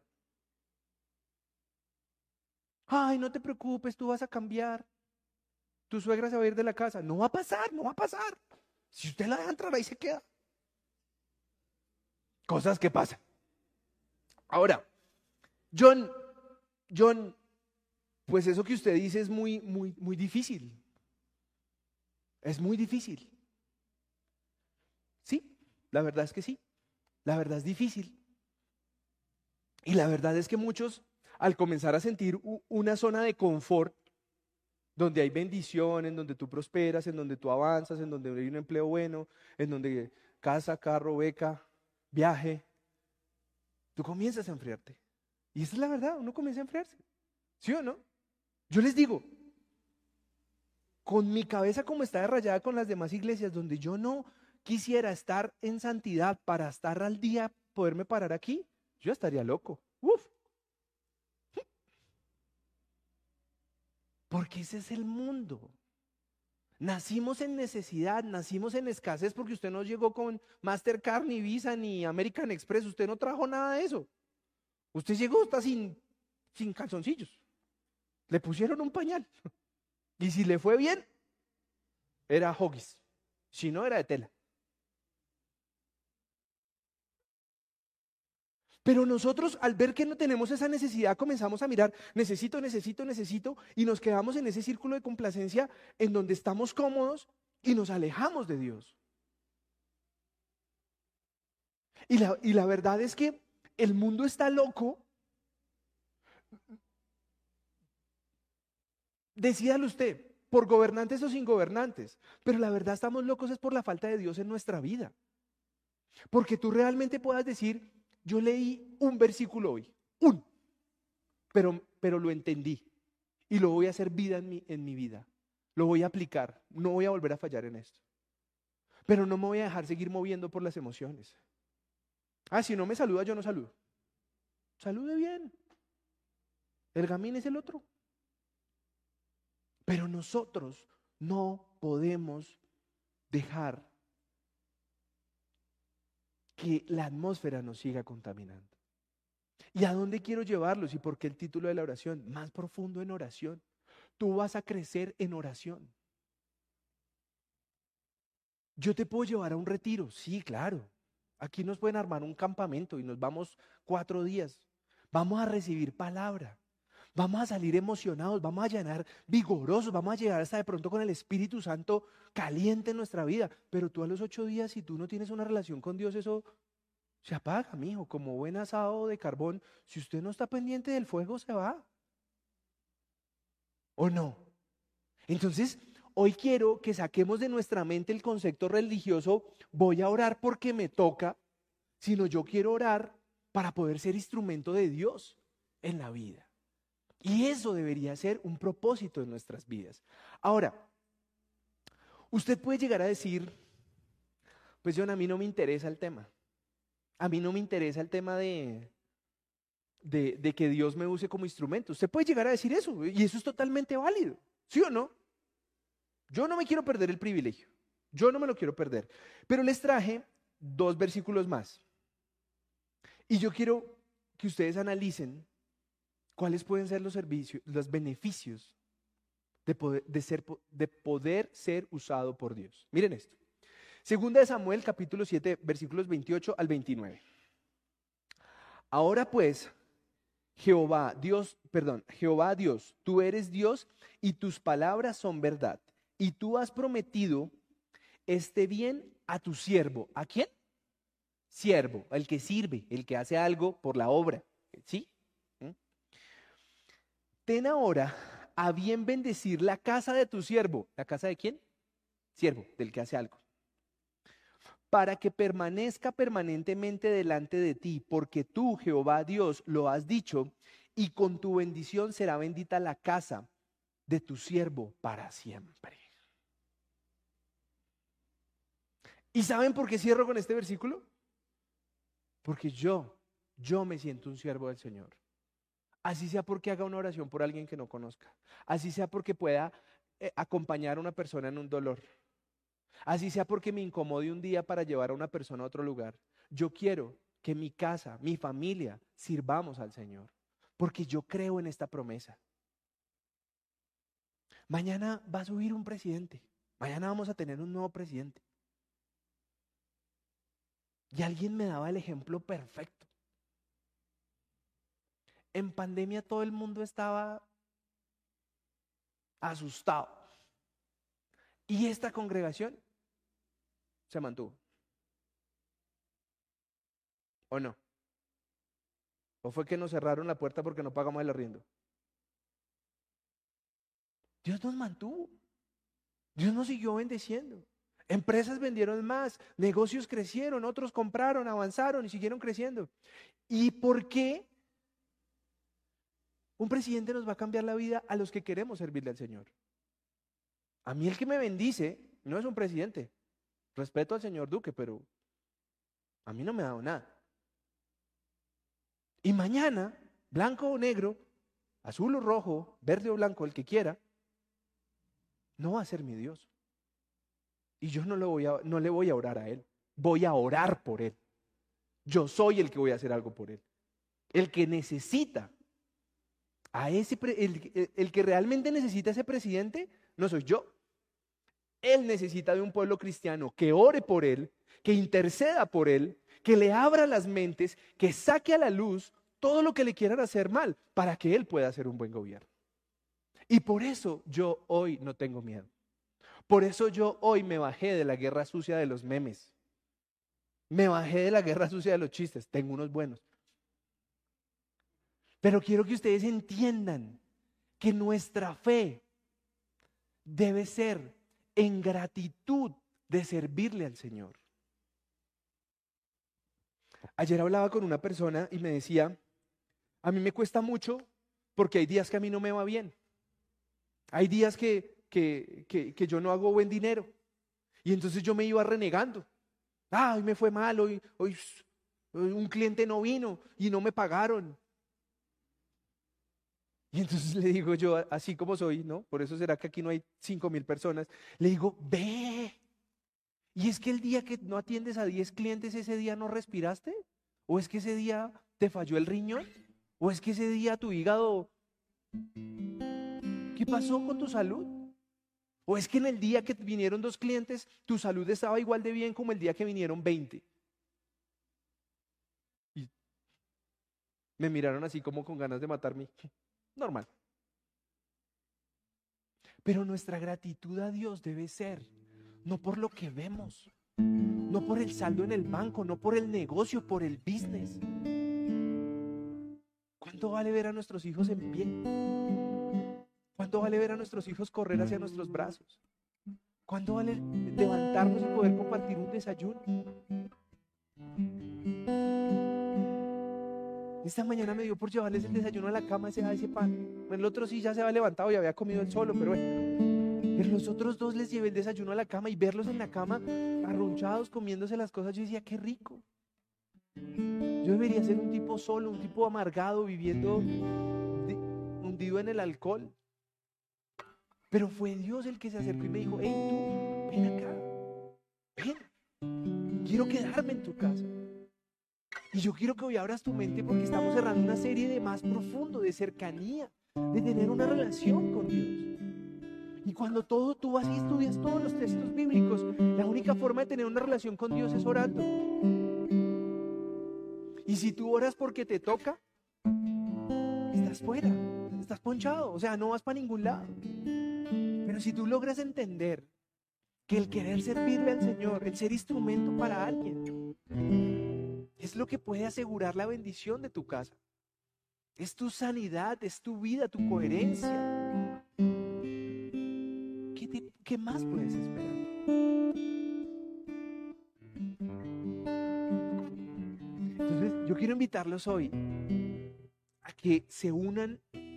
Ay, no te preocupes, tú vas a cambiar. Tu suegra se va a ir de la casa. No va a pasar, no va a pasar. Si usted la deja entrar, ahí se queda. Cosas que pasan. Ahora, John, John, pues eso que usted dice es muy, muy, muy difícil. Es muy difícil. Sí, la verdad es que sí. La verdad es difícil. Y la verdad es que muchos, al comenzar a sentir una zona de confort, donde hay bendición, en donde tú prosperas, en donde tú avanzas, en donde hay un empleo bueno, en donde casa, carro, beca, viaje, tú comienzas a enfriarte. Y esa es la verdad, uno comienza a enfriarse. ¿Sí o no? Yo les digo, con mi cabeza como está rayada con las demás iglesias, donde yo no quisiera estar en santidad para estar al día, poderme parar aquí, yo estaría loco. Uf. Porque ese es el mundo. Nacimos en necesidad, nacimos en escasez porque usted no llegó con Mastercard, ni Visa, ni American Express. Usted no trajo nada de eso. Usted llegó hasta sin, sin calzoncillos. Le pusieron un pañal. Y si le fue bien, era Huggies. Si no, era de tela. Pero nosotros, al ver que no tenemos esa necesidad, comenzamos a mirar, necesito, necesito, necesito, y nos quedamos en ese círculo de complacencia en donde estamos cómodos y nos alejamos de Dios. Y la, y la verdad es que el mundo está loco. Decídalo usted, por gobernantes o sin gobernantes, pero la verdad estamos locos es por la falta de Dios en nuestra vida. Porque tú realmente puedas decir, yo leí un versículo hoy, un, pero, pero lo entendí y lo voy a hacer vida en mi, en mi vida. Lo voy a aplicar, no voy a volver a fallar en esto. Pero no me voy a dejar seguir moviendo por las emociones. Ah, si no me saluda, yo no saludo. Salude bien. El gamín es el otro. Pero nosotros no podemos dejar que la atmósfera nos siga contaminando. ¿Y a dónde quiero llevarlos? ¿Y por qué el título de la oración? Más profundo en oración. Tú vas a crecer en oración. Yo te puedo llevar a un retiro, sí, claro. Aquí nos pueden armar un campamento y nos vamos cuatro días. Vamos a recibir palabra. Vamos a salir emocionados, vamos a llenar vigorosos, vamos a llegar hasta de pronto con el Espíritu Santo caliente en nuestra vida. Pero tú a los ocho días, si tú no tienes una relación con Dios, eso se apaga, mijo, como buen asado de carbón. Si usted no está pendiente del fuego, se va. ¿O no? Entonces, hoy quiero que saquemos de nuestra mente el concepto religioso, voy a orar porque me toca, sino yo quiero orar para poder ser instrumento de Dios en la vida. Y eso debería ser un propósito en nuestras vidas. Ahora, usted puede llegar a decir, pues John, a mí no me interesa el tema. A mí no me interesa el tema de, de, de que Dios me use como instrumento. Usted puede llegar a decir eso y eso es totalmente válido, ¿sí o no? Yo no me quiero perder el privilegio, yo no me lo quiero perder, pero les traje dos versículos más y yo quiero que ustedes analicen cuáles pueden ser los servicios, los beneficios de poder, de ser, de poder ser usado por Dios. Miren esto. Segunda de Samuel, capítulo siete, versículos veintiocho al veintinueve. Ahora pues, Jehová, Dios, perdón, Jehová Dios, tú eres Dios y tus palabras son verdad. Y tú has prometido este bien a tu siervo. ¿A quién? Siervo, el que sirve, el que hace algo por la obra. ¿Sí? ¿Mm? Ten ahora a bien bendecir la casa de tu siervo. ¿La casa de quién? Siervo, del que hace algo. Para que permanezca permanentemente delante de ti, porque tú, Jehová Dios, lo has dicho, y con tu bendición será bendita la casa de tu siervo para siempre. ¿Y saben por qué cierro con este versículo? Porque yo, yo me siento un siervo del Señor. Así sea porque haga una oración por alguien que no conozca. Así sea porque pueda eh, acompañar a una persona en un dolor. Así sea porque me incomode un día para llevar a una persona a otro lugar. Yo quiero que mi casa, mi familia, sirvamos al Señor. Porque yo creo en esta promesa. Mañana va a subir un presidente. Mañana vamos a tener un nuevo presidente. Y alguien me daba el ejemplo perfecto. En pandemia todo el mundo estaba asustado. Y esta congregación se mantuvo. ¿O no? ¿O fue que nos cerraron la puerta porque no pagamos el arriendo? Dios nos mantuvo. Dios nos siguió bendeciendo. Empresas vendieron más, negocios crecieron, otros compraron, avanzaron y siguieron creciendo. ¿Y por qué un presidente nos va a cambiar la vida a los que queremos servirle al Señor? A mí el que me bendice no es un presidente. Respeto al señor Duque, pero a mí no me ha dado nada. Y mañana, blanco o negro, azul o rojo, verde o blanco, el que quiera, no va a ser mi Dios. Y yo no le voy a, no le voy a orar a él. Voy a orar por él. Yo soy el que voy a hacer algo por él. El que necesita a ese, el, el, el que realmente necesita a ese presidente, no soy yo. Él necesita de un pueblo cristiano que ore por él, que interceda por él, que le abra las mentes, que saque a la luz todo lo que le quieran hacer mal para que él pueda hacer un buen gobierno. Y por eso yo hoy no tengo miedo. Por eso yo hoy me bajé de la guerra sucia de los memes. Me bajé de la guerra sucia de los chistes. Tengo unos buenos. Pero quiero que ustedes entiendan que nuestra fe debe ser en gratitud de servirle al Señor. Ayer hablaba con una persona y me decía, a mí me cuesta mucho porque hay días que a mí no me va bien. Hay días que, que, que, que yo no hago buen dinero. Y entonces yo me iba renegando. Ah, hoy me fue mal, hoy, hoy, hoy un cliente no vino y no me pagaron. Y entonces le digo yo, así como soy, ¿no? Por eso será que aquí no hay cinco mil personas. Le digo, ve. ¿Y es que el día que no atiendes a diez clientes, ese día no respiraste? ¿O es que ese día te falló el riñón? ¿O es que ese día tu hígado... ¿Qué pasó con tu salud? ¿O es que en el día que vinieron dos clientes, tu salud estaba igual de bien como el día que vinieron veinte? Y me miraron así como con ganas de matarme. Normal. Pero nuestra gratitud a Dios debe ser no por lo que vemos, no por el saldo en el banco, no por el negocio, por el business. ¿Cuánto vale ver a nuestros hijos en pie? ¿Cuánto vale ver a nuestros hijos correr hacia nuestros brazos? ¿Cuánto vale levantarnos y poder compartir un desayuno? Esta mañana me dio por llevarles el desayuno a la cama, ese, ese pan. El otro sí ya se había levantado y había comido él solo, pero bueno. Pero los otros dos les llevé el desayuno a la cama y verlos en la cama arrunchados, comiéndose las cosas, yo decía, qué rico. Yo debería ser un tipo solo, un tipo amargado, viviendo de, hundido en el alcohol. Pero fue Dios el que se acercó y me dijo: hey, tú, ven acá, ven, quiero quedarme en tu casa. Y yo quiero que hoy abras tu mente, porque estamos cerrando una serie de más profundo, de cercanía, de tener una relación con Dios. Y cuando todo tú vas y estudias todos los textos bíblicos, la única forma de tener una relación con Dios es orando. Y si tú oras porque te toca, estás fuera, estás ponchado, o sea, no vas para ningún lado. Pero si tú logras entender que el querer servirle al Señor, el ser instrumento para alguien, es lo que puede asegurar la bendición de tu casa. Es tu sanidad, es tu vida, tu coherencia. ¿Qué, te, qué más puedes esperar? Entonces, yo quiero invitarlos hoy a que se unan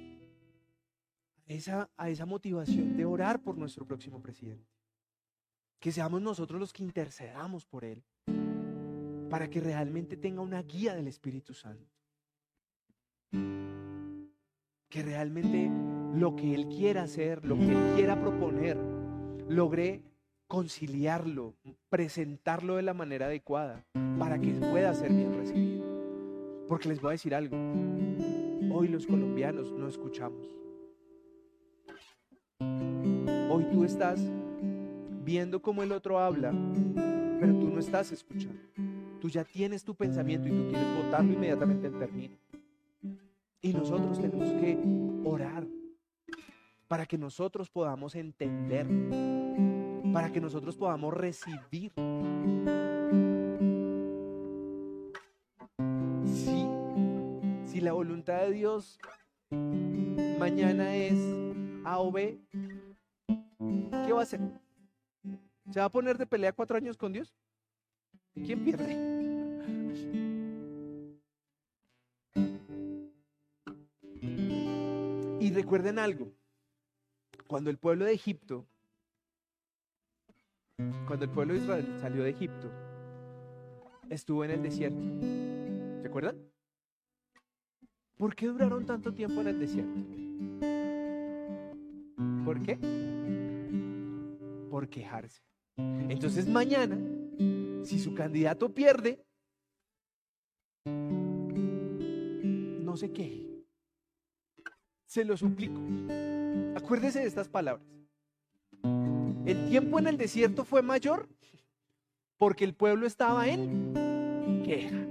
a esa, a esa motivación de orar por nuestro próximo presidente. Que seamos nosotros los que intercedamos por él, para que realmente tenga una guía del Espíritu Santo. Que realmente lo que él quiera hacer, lo que él quiera proponer, logre conciliarlo, presentarlo de la manera adecuada, para que pueda ser bien recibido. Porque les voy a decir algo: hoy los colombianos no escuchamos. Hoy tú estás viendo cómo el otro habla, pero tú no estás escuchando. Tú ya tienes tu pensamiento y tú quieres botarlo inmediatamente al término. Y nosotros tenemos que orar para que nosotros podamos entender, para que nosotros podamos recibir. Si, si la voluntad de Dios mañana es A o B, ¿qué va a hacer? ¿Se va a poner de pelea cuatro años con Dios? ¿Quién pierde? Y recuerden algo: cuando el pueblo de Egipto, cuando el pueblo de Israel salió de Egipto, estuvo en el desierto. ¿Se acuerdan? ¿Por qué duraron tanto tiempo en el desierto? ¿Por qué? Por quejarse. Entonces mañana, si su candidato pierde, no se queje. Se lo suplico. Acuérdese de estas palabras. El tiempo en el desierto fue mayor porque el pueblo estaba en queja.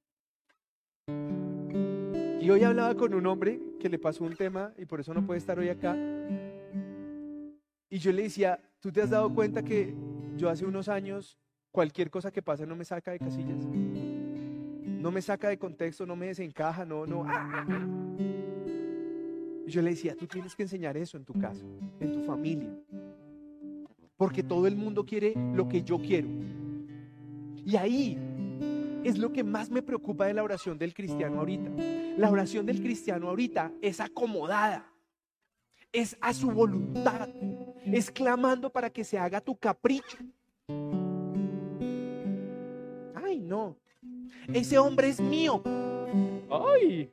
Y hoy hablaba con un hombre que le pasó un tema y por eso no puede estar hoy acá. Y yo le decía: ¿tú te has dado cuenta que yo hace unos años cualquier cosa que pasa no me saca de casillas? No me saca de contexto, no me desencaja, no, no. ¡Ah! Y yo le decía: tú tienes que enseñar eso en tu casa, en tu familia. Porque todo el mundo quiere lo que yo quiero. Y ahí es lo que más me preocupa de la oración del cristiano ahorita. La oración del cristiano ahorita es acomodada, es a su voluntad, es clamando para que se haga tu capricho. Ay, no, ese hombre es mío. Ay.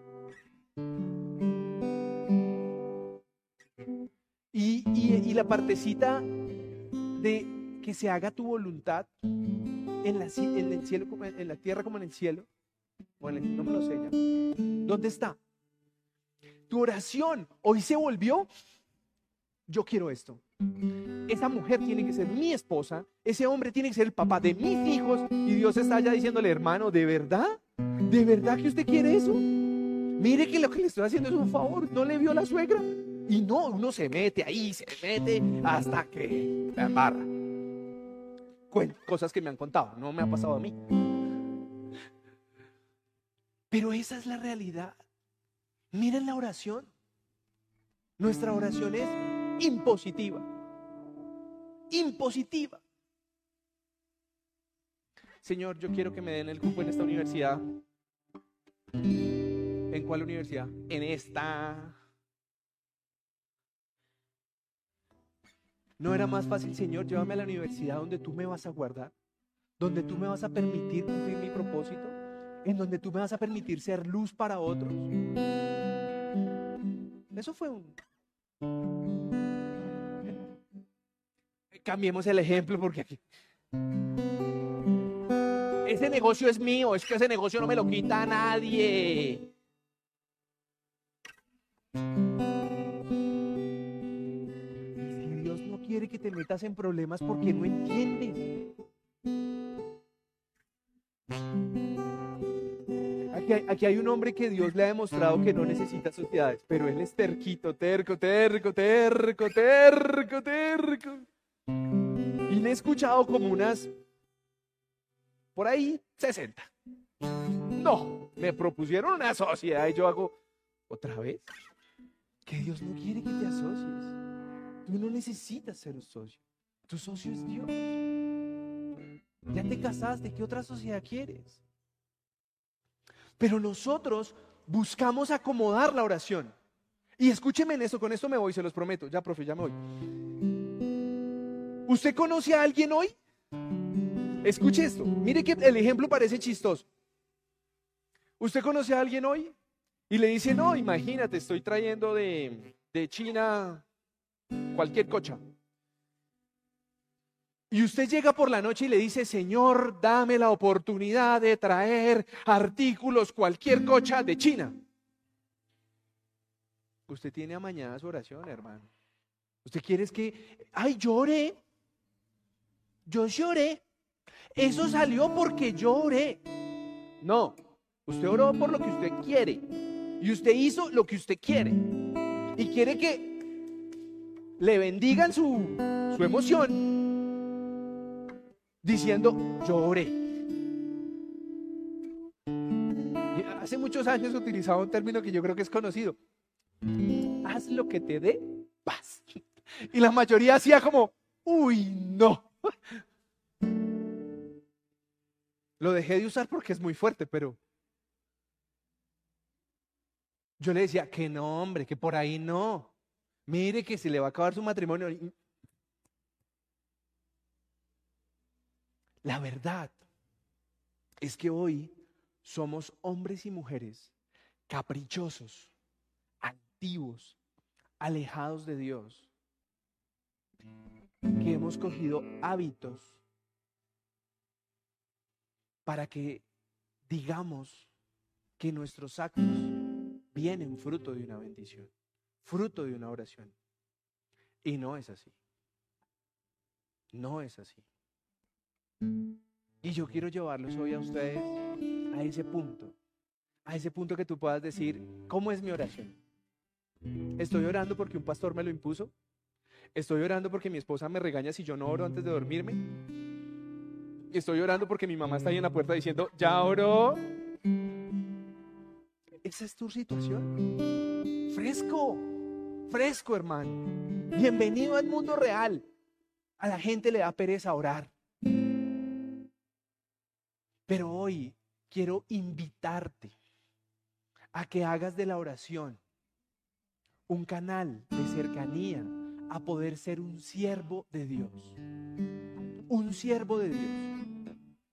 Y, y, y la partecita de que se haga tu voluntad en, la, en el cielo, en la tierra como en el cielo. Bueno, no me lo sé ya. ¿Dónde está? Tu oración hoy se volvió: yo quiero esto. Esa mujer tiene que ser mi esposa, ese hombre tiene que ser el papá de mis hijos. Y Dios está allá diciéndole: hermano, ¿de verdad? ¿De verdad que usted quiere eso? Mire que lo que le estoy haciendo es un favor. ¿No le vio la suegra? Y no, uno se mete ahí, se mete hasta que la embarra. Cosas que me han contado, no me ha pasado a mí. Pero esa es la realidad. Miren la oración. Nuestra oración es impositiva. Impositiva. Señor, yo quiero que me den el cupo en esta universidad. ¿En cuál universidad? En esta. ¿No era más fácil: Señor, llévame a la universidad donde tú me vas a guardar? donde tú me vas a permitir cumplir mi propósito, en donde tú me vas a permitir ser luz para otros. Eso fue un... Cambiemos el ejemplo porque aquí... Ese negocio es mío, es que ese negocio no me lo quita nadie. Si Dios no quiere que te metas en problemas porque no entiendes. Aquí hay, aquí hay un hombre que Dios le ha demostrado que no necesita sociedades, pero él es terquito, terco, terco, terco, terco, terco. Y le he escuchado como unas, por ahí, sesenta. No, me propusieron una sociedad y yo hago, ¿otra vez? Que Dios no quiere que te asocies. Tú no necesitas ser un socio. Tu socio es Dios. Ya te casaste, ¿qué otra sociedad quieres? Pero nosotros buscamos acomodar la oración. Y escúcheme en eso, con esto me voy, se los prometo. Ya, profe, ya me voy. ¿Usted conoce a alguien hoy? Escuche esto. Mire que el ejemplo parece chistoso. ¿Usted conoce a alguien hoy? Y le dice, no, imagínate, estoy trayendo de, de China cualquier cocha. Y usted llega por la noche y le dice, Señor, dame la oportunidad de traer artículos, cualquier cocha de China. Usted tiene amañada su oración, hermano. Usted quiere es que, ay, lloré. Yo lloré. Eso salió porque yo oré. No, usted oró por lo que usted quiere. Y usted hizo lo que usted quiere. Y quiere que le bendigan su, su emoción. Diciendo, yo oré. Y hace muchos años utilizaba un término que yo creo que es conocido. Haz lo que te dé paz. Y la mayoría hacía como, uy, no. Lo dejé de usar porque es muy fuerte, pero yo le decía que no, hombre, que por ahí no. Mire que se le va a acabar su matrimonio. La verdad es que hoy somos hombres y mujeres caprichosos, altivos, alejados de Dios, que hemos cogido hábitos para que digamos que nuestros actos vienen fruto de una bendición, fruto de una oración. Y no es así. No es así. Y yo quiero llevarlos hoy a ustedes a ese punto, a ese punto que tú puedas decir, ¿cómo es mi oración? ¿Estoy orando porque un pastor me lo impuso? ¿Estoy orando porque mi esposa me regaña si yo no oro antes de dormirme? ¿Estoy orando porque mi mamá está ahí en la puerta diciendo, ¿ya oró? Esa es tu situación. Fresco, fresco, hermano. Bienvenido al mundo real. A la gente le da pereza orar. Pero hoy quiero invitarte a que hagas de la oración un canal de cercanía a poder ser un siervo de Dios. Un siervo de Dios.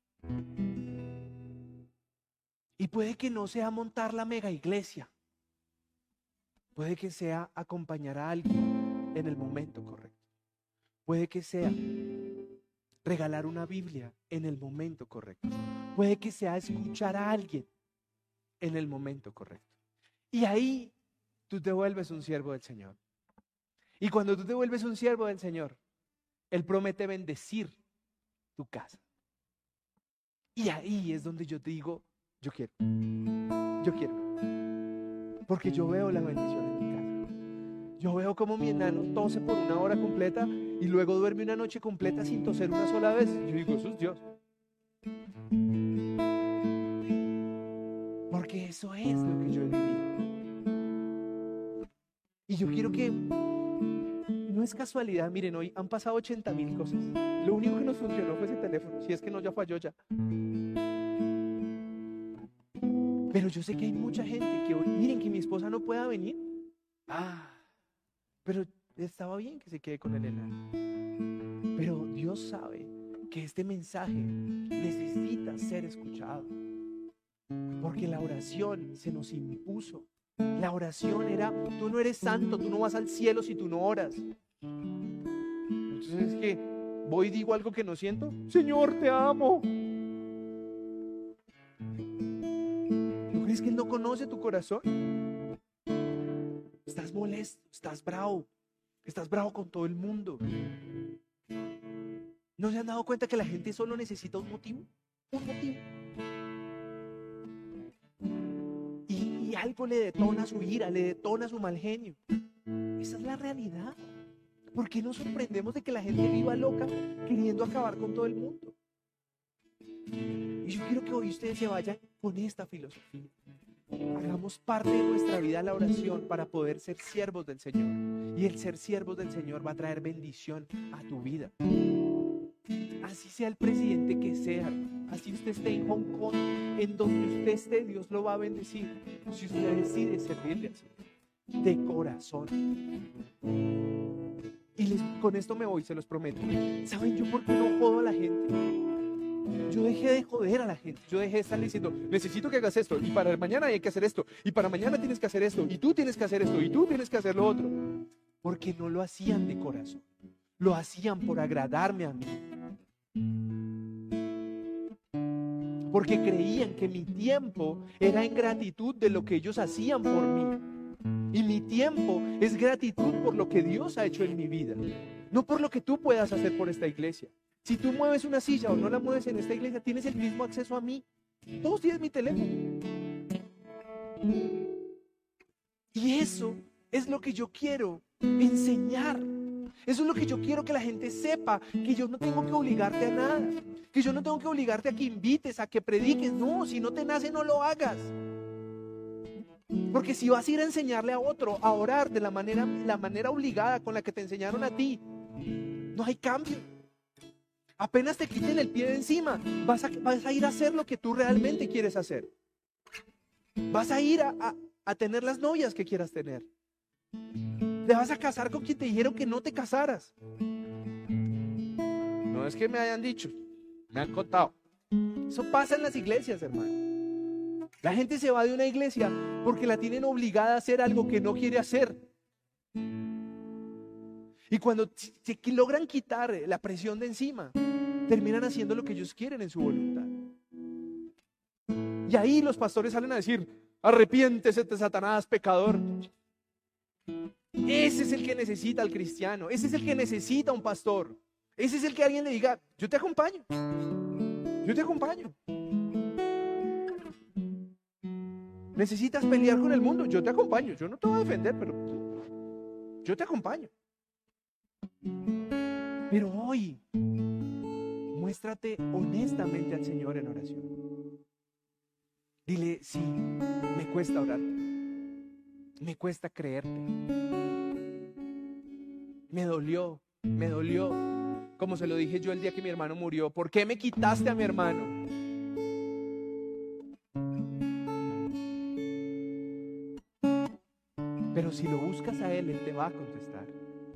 Y puede que no sea montar la mega iglesia. Puede que sea acompañar a alguien en el momento correcto. Puede que sea regalar una Biblia en el momento correcto. Puede que sea escuchar a alguien en el momento correcto. Y ahí tú te vuelves un siervo del Señor. Y cuando tú te vuelves un siervo del Señor, Él promete bendecir tu casa. Y ahí es donde yo te digo, yo quiero, yo quiero. Porque yo veo la bendición en mi casa. Yo veo como mi enano tose por una hora completa y luego duerme una noche completa sin toser una sola vez. Yo digo, eso es Dios. Porque eso es lo que yo he vivido. Y yo quiero que, no es casualidad, miren, hoy han pasado ochenta mil cosas. Lo único que nos funcionó fue ese teléfono. Si es que no, ya falló ya. Pero yo sé que hay mucha gente que hoy, miren, que mi esposa no pueda venir. Ah, pero estaba bien que se quede con el enano. Pero Dios sabe que este mensaje necesita ser escuchado. Porque la oración se nos impuso. La oración era, tú no eres santo, tú no vas al cielo si tú no oras. Entonces es que voy y digo algo que no siento. Señor, te amo. ¿No crees que Él no conoce tu corazón? Estás molesto, estás bravo, estás bravo con todo el mundo. ¿No se han dado cuenta que la gente solo necesita un motivo? Un motivo. Y, y algo le detona su ira, le detona su mal genio. Esa es la realidad. ¿Por qué nos sorprendemos de que la gente viva loca queriendo acabar con todo el mundo? Y yo quiero que hoy ustedes se vayan con esta filosofía. Hagamos parte de nuestra vida la oración para poder ser siervos del Señor. Y el ser siervos del Señor va a traer bendición a tu vida. Así sea el presidente que sea, así usted esté en Hong Kong, en donde usted esté, Dios lo va a bendecir. Si usted decide servirle al Señor de corazón. Y les, con esto me voy, se los prometo. ¿Saben yo por qué no jodo a la gente? Yo dejé de joder a la gente. Yo dejé de estar diciendo, necesito que hagas esto, y para mañana hay que hacer esto, y para mañana tienes que hacer esto, y tú tienes que hacer esto, y tú tienes que hacer lo otro. Porque no lo hacían de corazón. Lo hacían por agradarme a mí. Porque creían que mi tiempo era en gratitud de lo que ellos hacían por mí. Y mi tiempo es gratitud por lo que Dios ha hecho en mi vida. No por lo que tú puedas hacer por esta iglesia. Si tú mueves una silla o no la mueves en esta iglesia, tienes el mismo acceso a mí. Todos tienen mi teléfono. Y eso es lo que yo quiero enseñar. Eso es lo que yo quiero que la gente sepa, que yo no tengo que obligarte a nada, que yo no tengo que obligarte a que invites, a que prediques. No, si no te nace, no lo hagas. Porque si vas a ir a enseñarle a otro a orar de la manera, la manera obligada con la que te enseñaron a ti, no hay cambio. Apenas te quiten el pie de encima, vas a, vas a ir a hacer lo que tú realmente quieres hacer. Vas a ir a, a, a tener las novias que quieras tener. Te vas a casar con quien te dijeron que no te casaras. No es que me hayan dicho, me han contado. Eso pasa en las iglesias, hermano. La gente se va de una iglesia porque la tienen obligada a hacer algo que no quiere hacer. Y cuando se logran quitar la presión de encima, terminan haciendo lo que ellos quieren en su voluntad. Y ahí los pastores salen a decir, arrepiéntese de Satanás, pecador. Ese es el que necesita al cristiano. Ese es el que necesita a un pastor. Ese es el que alguien le diga, yo te acompaño. Yo te acompaño. ¿Necesitas pelear con el mundo? Yo te acompaño. Yo no te voy a defender, pero yo te acompaño. Pero hoy, muéstrate honestamente al Señor en oración. Dile, sí, me cuesta orar. Me cuesta creerte. Me dolió, me dolió. Como se lo dije yo el día que mi hermano murió. ¿Por qué me quitaste a mi hermano? Pero si lo buscas a Él, Él te va a contestar.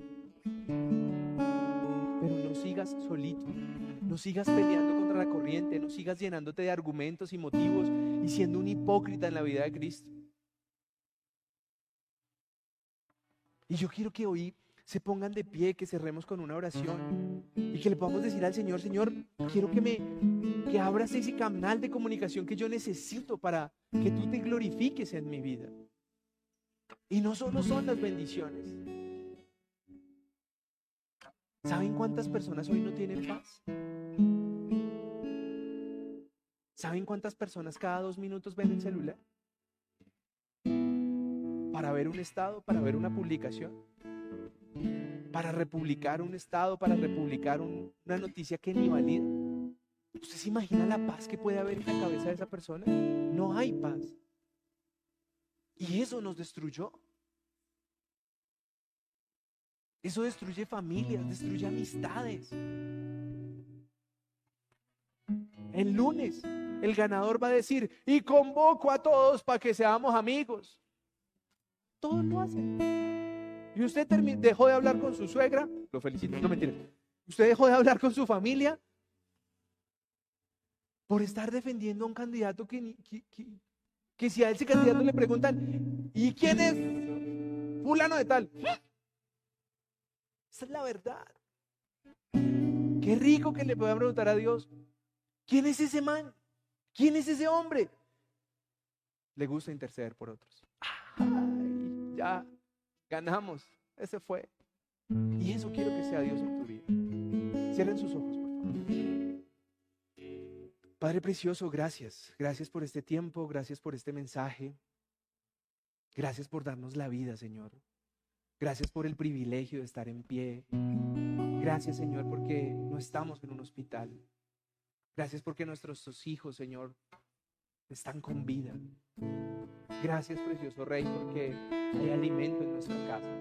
Pero no sigas solito. No sigas peleando contra la corriente. No sigas llenándote de argumentos y motivos y siendo un hipócrita en la vida de Cristo. Y yo quiero que hoy se pongan de pie, que cerremos con una oración y que le podamos decir al Señor, Señor, quiero que me que abras ese canal de comunicación que yo necesito para que tú te glorifiques en mi vida. Y no solo son las bendiciones. ¿Saben cuántas personas hoy no tienen paz? ¿Saben cuántas personas cada dos minutos ven el celular? Para ver un estado, para ver una publicación, para republicar un estado, para republicar un, una noticia que ni valida. ¿Usted se imagina la paz que puede haber en la cabeza de esa persona? No hay paz. Y eso nos destruyó. Eso destruye familias, destruye amistades. El lunes el ganador va a decir, y convoco a todos para que seamos amigos. Todos lo hacen. Y usted dejó de hablar con su suegra, lo felicito, no mentira. Usted dejó de hablar con su familia, por estar defendiendo a un candidato que, ni- que, que, que si a ese candidato le preguntan, ¿y quién es fulano de tal? Esa es la verdad. Qué rico que le pueda preguntar a Dios, ¿quién es ese man? ¿Quién es ese hombre? Le gusta interceder por otros. Ay, ya, ganamos. Ese fue. Y eso quiero que sea Dios en tu vida. Cierren sus ojos, por favor. Padre precioso, gracias. Gracias por este tiempo, gracias por este mensaje. Gracias por darnos la vida, Señor. Gracias por el privilegio de estar en pie. Gracias, Señor, porque no estamos en un hospital. Gracias porque nuestros hijos, Señor, están con vida. Gracias, precioso Rey, porque hay alimento en nuestra casa.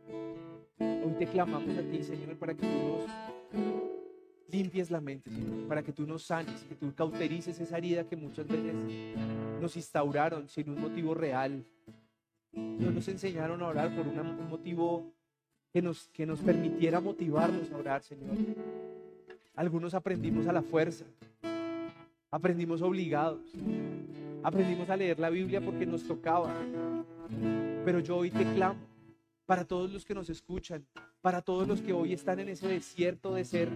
Hoy te clamamos a ti, Señor, para que tú nos limpies la mente, Señor, para que tú nos sanes, que tú cauterices esa herida que muchas veces nos instauraron sin un motivo real. No nos enseñaron a orar por una, un motivo que nos, que nos permitiera motivarnos a orar, Señor. Algunos aprendimos a la fuerza, aprendimos obligados, aprendimos a leer la Biblia porque nos tocaba. Pero yo hoy te clamo para todos los que nos escuchan, para todos los que hoy están en ese desierto de ser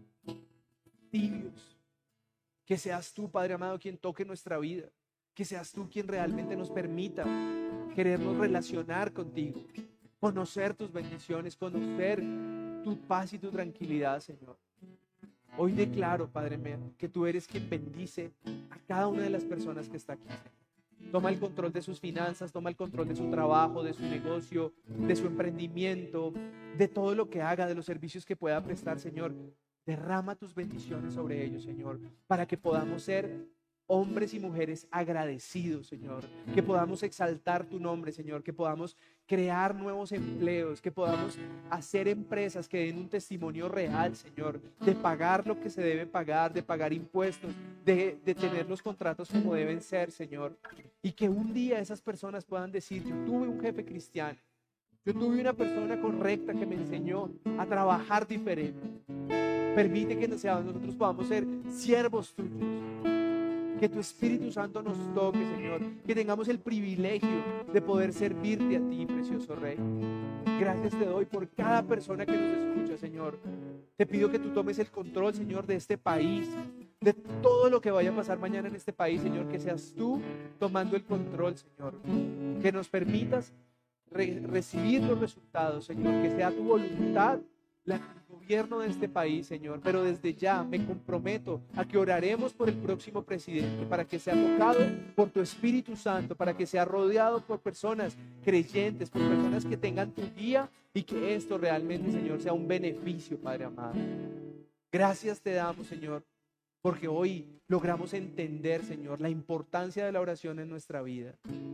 tibios, que seas tú, Padre amado, quien toque nuestra vida, que seas tú quien realmente nos permita querernos relacionar contigo, conocer tus bendiciones, conocer tu paz y tu tranquilidad, Señor. Hoy declaro, Padre mío, que tú eres quien bendice a cada una de las personas que está aquí. Toma el control de sus finanzas, toma el control de su trabajo, de su negocio, de su emprendimiento, de todo lo que haga, de los servicios que pueda prestar, Señor. Derrama tus bendiciones sobre ellos, Señor, para que podamos ser hombres y mujeres agradecidos, Señor, que podamos exaltar tu nombre, Señor, que podamos crear nuevos empleos, que podamos hacer empresas que den un testimonio real, Señor, de pagar lo que se debe pagar, de pagar impuestos, de, de tener los contratos como deben ser, Señor, y que un día esas personas puedan decir, yo tuve un jefe cristiano, yo tuve una persona correcta que me enseñó a trabajar diferente. Permite que nosotros podamos ser siervos tuyos. Que tu Espíritu Santo nos toque, Señor. Que tengamos el privilegio de poder servirte a ti, precioso Rey. Gracias te doy por cada persona que nos escucha, Señor. Te pido que tú tomes el control, Señor, de este país, de todo lo que vaya a pasar mañana en este país, Señor. Que seas tú tomando el control, Señor. Que nos permitas re- recibir los resultados, Señor. Que sea tu voluntad la gobierno de este país, Señor, pero desde ya me comprometo a que oraremos por el próximo presidente, para que sea tocado por tu Espíritu Santo, para que sea rodeado por personas creyentes, por personas que tengan tu guía y que esto realmente, Señor, sea un beneficio, Padre amado. Gracias te damos, Señor, porque hoy logramos entender, Señor, la importancia de la oración en nuestra vida.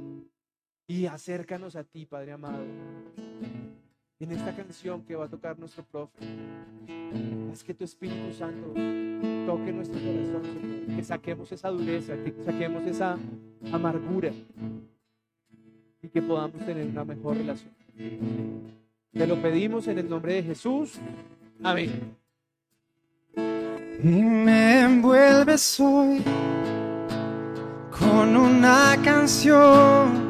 Y acércanos a ti, Padre amado. En esta canción que va a tocar nuestro profe, haz que tu Espíritu Santo toque nuestro corazón, Señor, que saquemos esa dureza, que saquemos esa amargura y que podamos tener una mejor relación. Te lo pedimos en el nombre de Jesús. Amén. Y me envuelves hoy con una canción,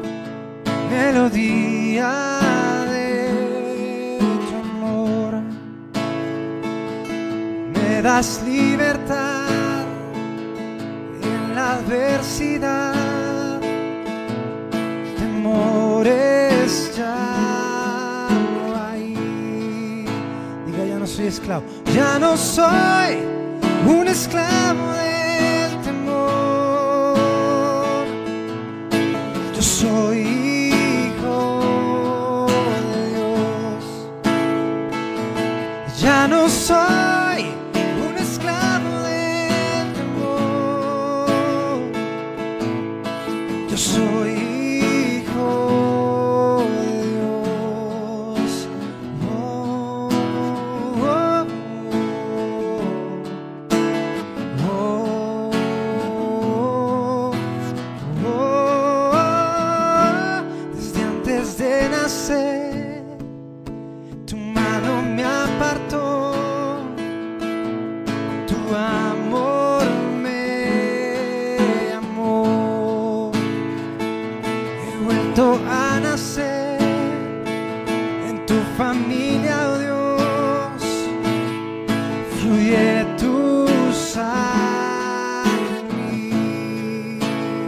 melodía me das libertad en la adversidad, temores ya no hay. Diga, ya no soy esclavo, ya no soy un esclavo del temor. Yo soy hijo de Dios, ya no soy soy hijo de Dios. Oh, oh, oh, oh. vuelto a nacer en tu familia, oh Dios. Fluye tu sangre en mí.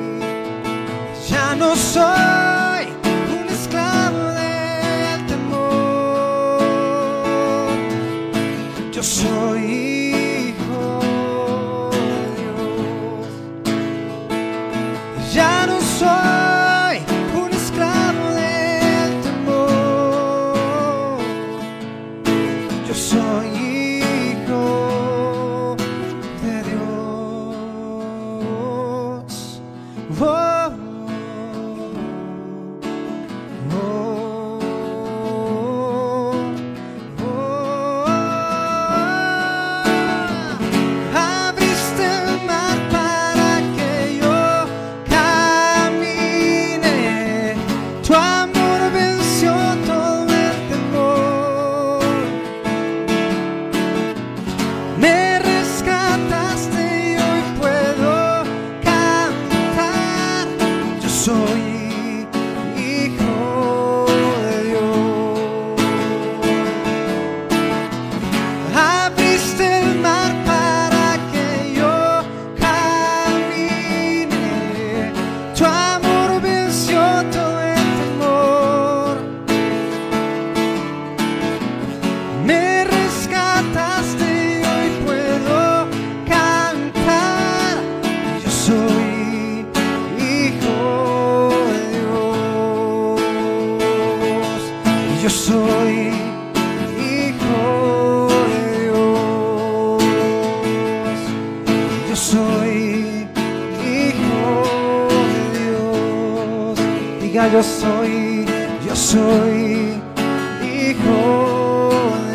Ya no soy un esclavo del temor. Yo soy hijo de Dios. Ya no soy un esclavo del temor. Yo soy hijo de Dios. Oh, oh, oh, oh. Abriste el mar para que yo camine. Tu amor venció todo el temor. Me rescataste y hoy puedo cantar. Yo soy hijo de Dios. Abriste el mar para que yo camine. Tu amor venció todo el temor. Me rescataste y hoy puedo cantar. Yo soy hijo de Dios. Yo soy hijo de Dios. Yo soy hijo de Dios. Diga yo soy, yo soy hijo de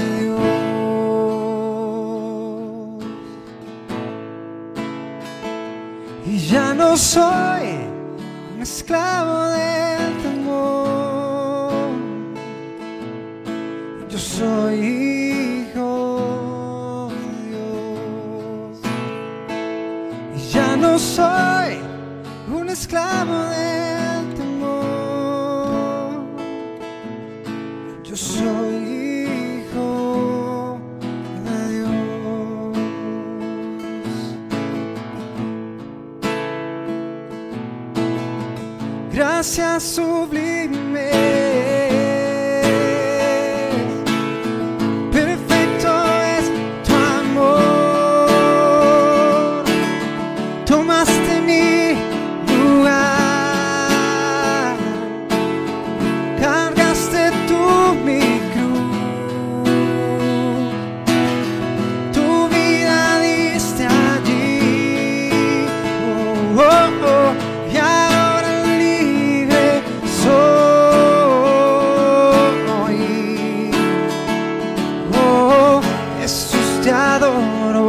Dios. Y ya no soy un esclavo del temor. Yo soy hijo de Dios. Y ya no soy un esclavo del temor. Yo soy hijo de Dios. Gracias sublime. Perfecto es tu amor. Tomaste mi lugar. Cargaste tú mi cruz. Tu vida diste allí. Oh, oh, oh. Y ahora libre soy. Oh, Jesús te adoro.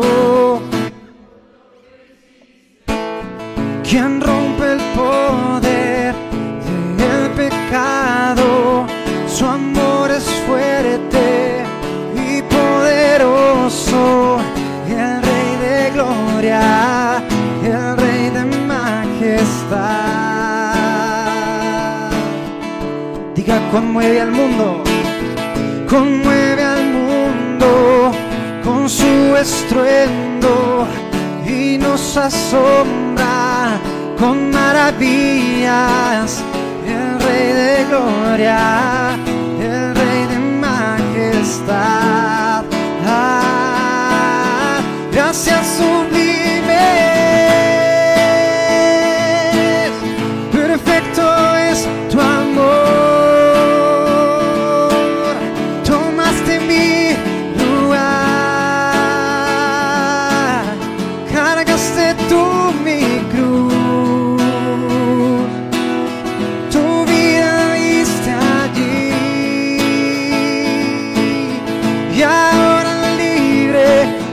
Quien rompe el poder del pecado. Su amor es fuerte y poderoso. El Rey de gloria, el Rey de majestad. Diga, conmueve al mundo, conmueve al mundo con su estruendo y nos asombra con maravillas. El Rey de gloria, el Rey de majestad. Ah, gracias sublimes. Perfecto es tu amor. Tomaste mi lugar. Cargaste tú mi cruz. Tu vida diste allí. Y ahora libre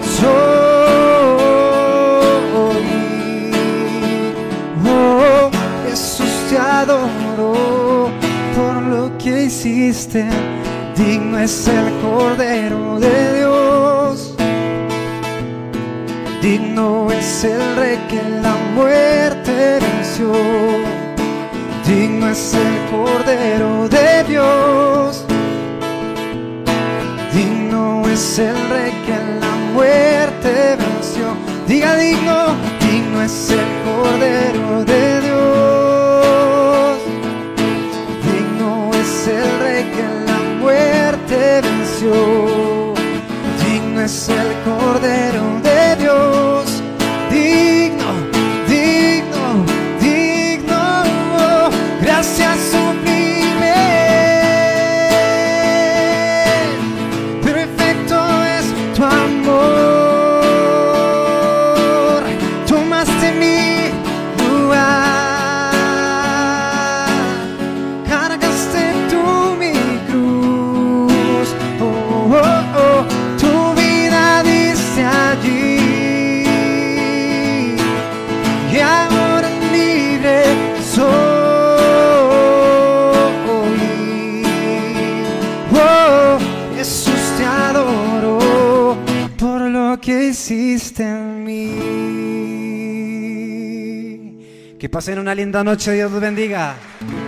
soy. Oh, Jesús te adoro por lo que hiciste. Digno es el Cordero de Dios. Digno es el Rey que la muerte venció. Digno es el Cordero de Dios, digno es el Rey que la muerte venció. Diga digno, digno es el Cordero de Dios, digno es el Rey que la muerte venció. Digno es el Cordero de Dios, digno, digno, digno. Gracias sublime, perfecto es tu amor. Tomaste mi lugar, cargaste tú mi cruz. Oh, oh, oh. Tu vida diste allí y ahora libre soy. Oh, Jesús, te adoro por lo que hiciste en mí. Que pasen una linda noche, Dios los bendiga.